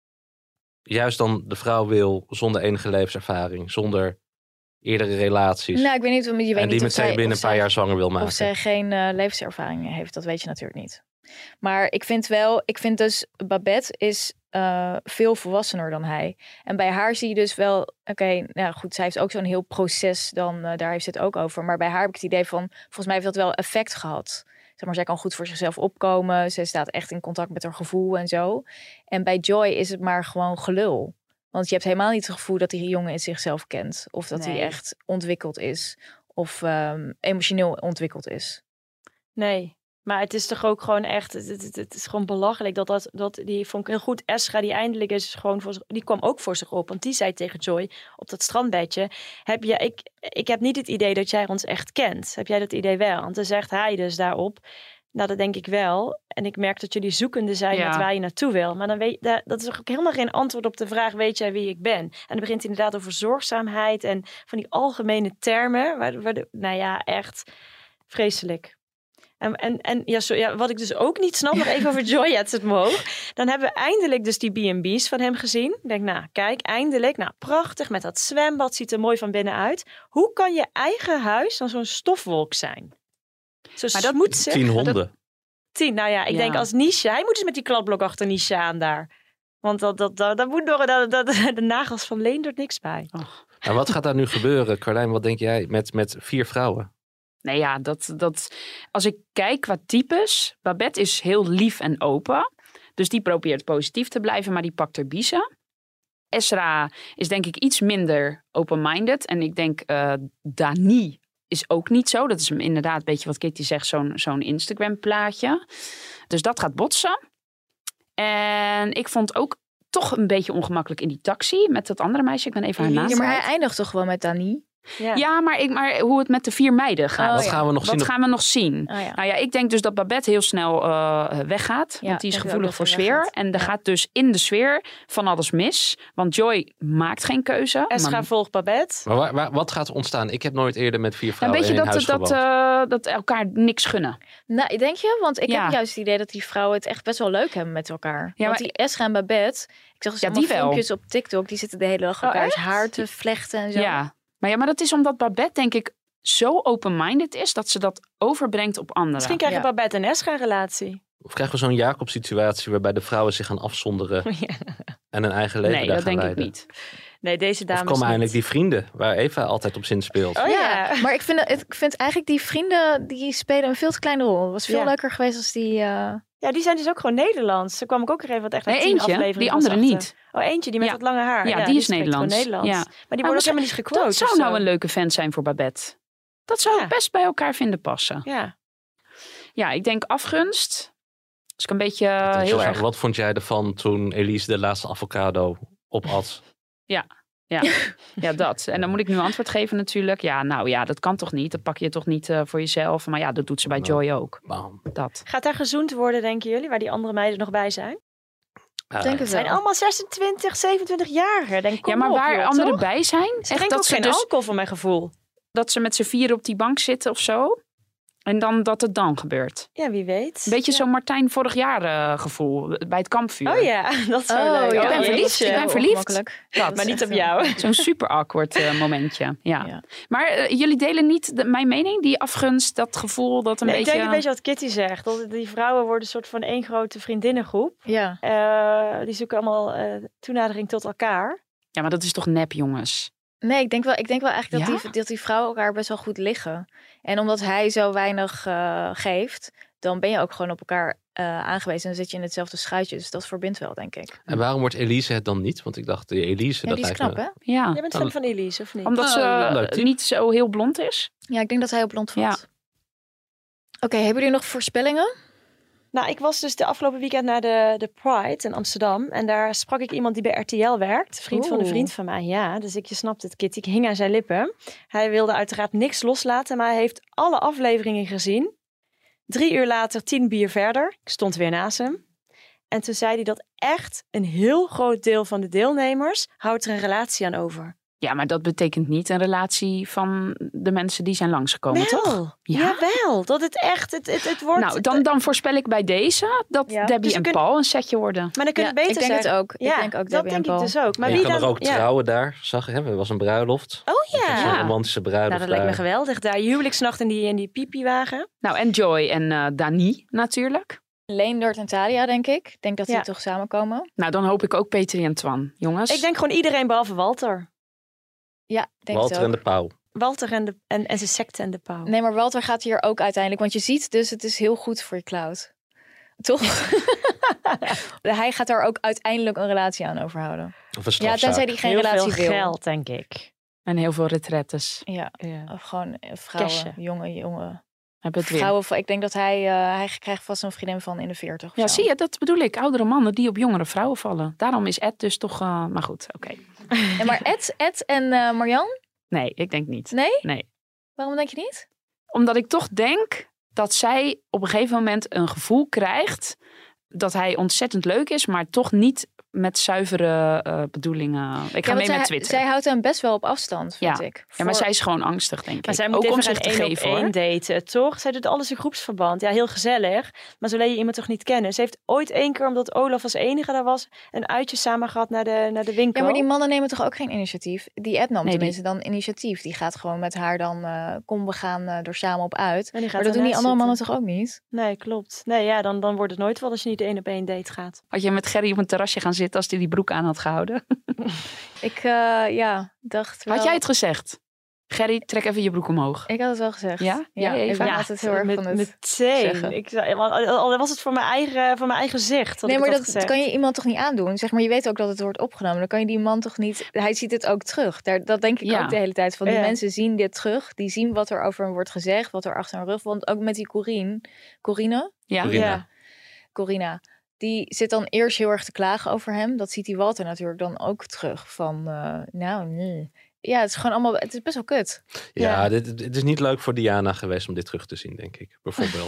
juist dan de vrouw wil zonder enige levenservaring, zonder eerdere relaties. Nou, ik weet niet, je weet en die niet meteen binnen een paar zij, jaar zwanger wil maken. Of zij geen uh, levenservaring heeft, dat weet je natuurlijk niet. Maar ik vind wel, ik vind dus Babette is uh, veel volwassener dan hij. En bij haar zie je dus wel, oké, okay, nou goed, zij heeft ook zo'n heel proces, dan uh, daar heeft ze het ook over. Maar bij haar heb ik het idee van, volgens mij heeft dat wel effect gehad. Zeg maar, zij kan goed voor zichzelf opkomen. Ze staat echt in contact met haar gevoel en zo. En bij Joy is het maar gewoon gelul. Want je hebt helemaal niet het gevoel dat die jongen in zichzelf kent. Of dat nee. hij echt ontwikkeld is. Of um, emotioneel ontwikkeld is. Nee, maar het is toch ook gewoon echt... Het, het, het is gewoon belachelijk. Dat, dat, dat, die vond ik heel goed. Esra, die eindelijk is gewoon voor zich... Die kwam ook voor zich op. Want die zei tegen Joy op dat strandbedje... Heb je, ik, ik heb niet het idee dat jij ons echt kent. Heb jij dat idee wel? Want dan zegt hij dus daarop... Nou, dat denk ik wel. En ik merk dat jullie zoekende zijn ja. met waar je naartoe wil. Maar dan weet je, dat is ook helemaal geen antwoord op de vraag... weet jij wie ik ben? En dan begint hij inderdaad over zorgzaamheid... en van die algemene termen. Waar, waar de, nou ja, echt vreselijk. En, en, en ja, zo, ja, wat ik dus ook niet snap... nog even over Joy, het het moog. Dan hebben we eindelijk dus die B en B's van hem gezien. Ik denk, nou, kijk, eindelijk. Nou, prachtig met dat zwembad. Ziet er mooi van binnen uit. Hoe kan je eigen huis dan zo'n stofwolk zijn? Zo maar dat moet tien honden. Dat... tien. Nou ja, ik Ja. denk als Nisha, hij moet eens met die kladblok achter Nisha aan daar. Want dat, dat, dat, dat moet nog, dat, dat, de nagels van Leendert niks bij. Oh. Maar wat gaat daar nu gebeuren? Carlijn, wat denk jij met, met vier vrouwen? Nee ja, dat, dat, als ik kijk qua types, Babette is heel lief en open. Dus die probeert positief te blijven, maar die pakt er biezen. Esra is denk ik iets minder open-minded. En ik denk uh, Dani is ook niet zo. Dat is inderdaad een beetje wat Kitty zegt, zo'n, zo'n Instagram plaatje. Dus dat gaat botsen. En ik vond ook toch een beetje ongemakkelijk in die taxi met dat andere meisje. Ik ben even haar naam Ja, maar hij kwijt. eindigt toch wel met Dani? Ja, Ja, maar, ik, maar hoe het met de vier meiden gaat. Oh, Wat ja. gaan we nog Wat zien? gaan we nog zien? Oh, ja. Nou ja, ik denk dus dat Babette heel snel uh, weggaat. Ja, want die is denk ik gevoelig ook voor dat hij sfeer. weggaat. En er Ja. gaat dus in de sfeer van alles mis. Want Joy maakt geen keuze. Esra maar volgt Babette. Maar waar, waar- wat gaat er ontstaan? Ik heb nooit eerder met vier een vrouwen beetje in een dat, huis dat, gewoond. uh, dat elkaar niks gunnen. Nou, denk je? Want ik Ja. heb juist het idee dat die vrouwen het echt best wel leuk hebben met elkaar. Ja, Want maar- die Esra en Babette, ik zag dus Ja, allemaal die wel. filmpjes op TikTok, die zitten de hele dag Oh, elkaars echt? haar te vlechten en zo. Ja. Maar ja, maar dat is omdat Babette denk ik zo open-minded is dat ze dat overbrengt op anderen. Misschien krijgen Ja. Babette en Esra een relatie. Of krijgen we zo'n Jacob-situatie waarbij de vrouwen zich gaan afzonderen Ja. en hun eigen leven Nee, daar dat gaan denk ik leiden? niet. Nee, deze Of dames komen niet. eindelijk die vrienden waar Eva altijd op zin speelt? Oh ja. Ja, maar ik vind, het- ik vind eigenlijk die vrienden, die spelen een veel te kleine rol. Het was veel Ja. leuker geweest als die... uh, Ja, die zijn dus ook gewoon Nederlands. Daar kwam ik ook er even wat echt Nee, uit tien eentje. afleveringen Die pas andere achter. niet. Oh, eentje, die met Ja. dat lange haar. Ja, die is spreekt gewoon Nederlands. Nederlands. Ja. Maar die Maar worden ook helemaal niet gequote. Dat zou of nou zo. een leuke vent zijn voor Babette. Dat zou Ja. best bij elkaar vinden passen. Ja. Ja, ik denk afgunst. Als ik een beetje uh, Dat is heel zo- erg... Wat vond jij ervan toen Elise de laatste avocado opat? Ja, ja, ja, dat. En dan moet ik nu antwoord geven natuurlijk. Ja, nou ja, dat kan toch niet? Dat pak je toch niet uh, voor jezelf? Maar ja, dat doet ze bij Joy ook. Bam. Dat. Gaat daar gezoend worden, denken jullie? Waar die andere meiden nog bij zijn? Uh, denk het Het zijn wel. allemaal zesentwintig, zevenentwintig-jarigen. Denk, kom Ja, maar op, waar joh, anderen toch? bij zijn... Ze echt drinken dat ook ze geen dus alcohol voor mijn gevoel. dat ze met z'n vieren op die bank zitten of zo. En dan dat het dan gebeurt. Ja, wie weet. Een beetje Ja. zo'n Martijn vorig jaar uh, gevoel bij het kampvuur. Oh ja, dat zou Oh, leuk. ja, Ik ben dat verliefd, is ik ben heel verliefd. ongemakkelijk. Dat. Maar niet op echt jou. Zo'n super awkward uh, momentje. Ja. Ja. Maar uh, jullie delen niet de, mijn mening, die afgunst, dat gevoel, dat een Nee, beetje... Ik denk een beetje wat Kitty zegt. Dat die vrouwen worden een soort van één grote vriendinnengroep. Ja. Uh, die zoeken allemaal uh, toenadering tot elkaar. Ja, maar dat is toch nep, jongens? Nee, ik denk wel, ik denk wel eigenlijk dat, Ja? die, dat die vrouwen elkaar best wel goed liggen. En omdat hij zo weinig uh, geeft, dan ben je ook gewoon op elkaar uh, aangewezen. En dan zit je in hetzelfde schuitje. Dus dat verbindt wel, denk ik. En waarom wordt Elise het dan niet? Want ik dacht, die Elise, Ja, dat die is lijkt knap, me... hè? Ja, Jij bent fan van Elise, of niet? omdat Ah, ze uh, leuk type. niet zo heel blond is. Ja, ik denk dat hij op blond valt. Ja. Oké, okay, hebben jullie nog voorspellingen? Nou, ik was dus de afgelopen weekend naar de, de Pride in Amsterdam. En daar sprak ik iemand die bij R T L werkt. Een vriend van een Oeh. vriend van mij, ja. Dus ik, je snapt het, Kitty. Ik hing aan zijn lippen. Hij wilde uiteraard niks loslaten, maar hij heeft alle afleveringen gezien. Drie uur later, tien bier verder. Ik stond weer naast hem. En toen zei hij dat echt een heel groot deel van de deelnemers houdt er een relatie aan over. Ja, maar dat betekent niet een relatie van de mensen die zijn langsgekomen, toch? Wel, Ja? jawel. Dat het echt, het, het, het wordt... Nou, dan, dan voorspel ik bij deze dat Ja. Debbie Dus we en kunnen- Paul een setje worden. Maar dan kun je Ja, beter ik denk zeggen... het ook. Ik Ja, denk ook dat Debbie en denk ik Paul. dus ook. Maar je wie kan dan... er ook ja. trouwen daar, zag je? Er was een bruiloft. Oh Zo'n ja. romantische bruiloft Nou, dat lijkt me daar. geweldig. Daar huwelijksnacht in die, in die piepiewagen. Nou, en Joy en uh, Dani natuurlijk. Leendert en Thalia, denk ik. Ik denk dat die Ja. toch samenkomen. Nou, dan hoop ik ook Peter en Twan, jongens. Ik denk gewoon iedereen behalve Walter. Ja, ik denk Walter het en ook. de Pauw. Walter en, de, en, en zijn secte en de pauw. Nee, maar Walter gaat hier ook uiteindelijk. Want je ziet dus, het is heel goed voor je cloud. Toch? Hij gaat daar ook uiteindelijk een relatie aan overhouden. Of een Ja, strafzaak. tenzij die geen Heel relatie veel wil. geld, denk ik. En heel veel retretes. Ja, Ja. of gewoon eh, vrouwen, Cashen. jonge, jonge Heb het weer. vrouwen. van- Ik denk dat hij, uh, hij krijgt vast een vriendin van in de veertig. of Ja, zo. zie je, dat bedoel ik. Oudere mannen die op jongere vrouwen vallen. Daarom is Ed dus toch... Uh, maar goed, oké. Okay. En maar Ed, Ed en uh, Marjan? Nee, ik denk niet. Nee? Nee. Waarom denk je niet? Omdat ik toch denk dat zij op een gegeven moment een gevoel krijgt dat hij ontzettend leuk is, maar toch niet met zuivere uh, bedoelingen. Ik ga ja, mee zij, met Twitter. Zij houdt hem best wel op afstand, vind ja. ik. Voor... Ja, maar zij is gewoon angstig, denk ik. Maar zij moet ook even om zich te één geven, op één hoor. daten, toch? Zij doet alles in groepsverband. Ja, heel gezellig. Maar zo leer je iemand toch niet kennen. Ze heeft ooit één keer, omdat Olaf als enige daar was, een uitje samen gehad naar de, naar de winkel. Ja, maar die mannen nemen toch ook geen initiatief? Die Ed nam Nee, tenminste die... dan initiatief. Die gaat gewoon met haar dan, uh, kom, we gaan uh, er samen op uit. Maar dat doen die andere zitten. mannen toch ook niet? Nee, klopt. Nee, ja, dan, dan wordt het nooit wel als je niet één op één date gaat. Had je met Gerry op een terrasje gaan zitten als hij die broek aan had gehouden? Ik, uh, ja, dacht wel... Had jij het gezegd? Gerry, trek even je broek omhoog. Ik had het wel gezegd. Ja? Ja, ja ik ben ja, altijd heel erg met, van het meteen. Ik, al was het voor mijn eigen, voor mijn eigen zicht. Nee, maar dat, dat kan je iemand toch niet aandoen? Zeg maar, je weet ook dat het wordt opgenomen. Dan kan je die man toch niet... Hij ziet het ook terug. Daar, dat denk ik ja. ook de hele tijd. Van die ja. mensen zien dit terug. Die zien wat er over hem wordt gezegd. Wat er achter hun rug... Want ook met die Corine... Corine? Ja. Corina. Ja. Corina. Die zit dan eerst heel erg te klagen over hem. Dat ziet die Walter natuurlijk dan ook terug. Van, uh, nou, nee. Ja, het is gewoon allemaal... Het is best wel kut. Ja, ja. Dit, het is niet leuk voor Diana geweest om dit terug te zien, denk ik. Bijvoorbeeld.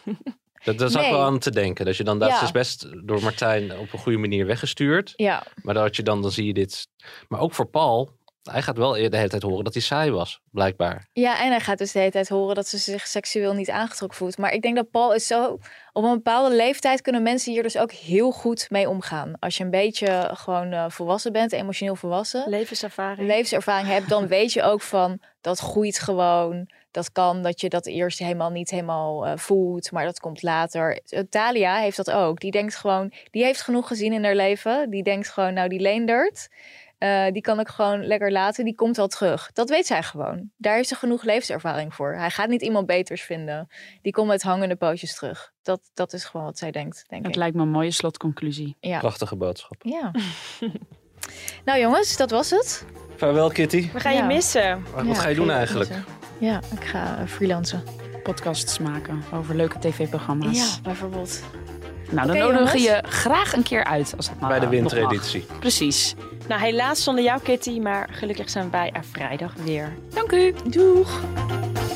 dat dat is nee. ook wel aan te denken. Dat je dan... Dat ja. is best door Martijn op een goede manier weggestuurd. Ja. Maar dat je dan... Dan zie je dit... Maar ook voor Paul... Hij gaat wel de hele tijd horen dat hij saai was, blijkbaar. Ja, en hij gaat dus de hele tijd horen dat ze zich seksueel niet aangetrokken voelt. Maar ik denk dat Paul is zo... Op een bepaalde leeftijd kunnen mensen hier dus ook heel goed mee omgaan. Als je een beetje gewoon uh, volwassen bent, emotioneel volwassen. Levenservaring. Levenservaring hebt, dan weet je ook van... Dat groeit gewoon. Dat kan dat je dat eerst helemaal niet helemaal uh, voelt. Maar dat komt later. Thalia heeft dat ook. Die denkt gewoon... Die heeft genoeg gezien in haar leven. Die denkt gewoon, nou die Leendert... Uh, die kan ik gewoon lekker laten. Die komt wel terug. Dat weet zij gewoon. Daar heeft ze genoeg levenservaring voor. Hij gaat niet iemand beters vinden. Die komt met hangende pootjes terug. Dat, dat is gewoon wat zij denkt, denk dat ik. lijkt me een mooie slotconclusie. Ja. Prachtige boodschap. Ja. Nou jongens, dat was het. Vaarwel Kitty. We gaan ja. je missen. Wat ja, ga je doen eigenlijk? Missen. Ja, ik ga uh, freelancen. Podcasts maken over leuke tv-programma's. Ja, bijvoorbeeld. Nou, dan okay, nodigen je graag een keer uit. Als dat maar bij de wintereditie. Precies. Nou, helaas zonder jou, Kitty. Maar gelukkig zijn wij er vrijdag weer. Dank u. Doeg.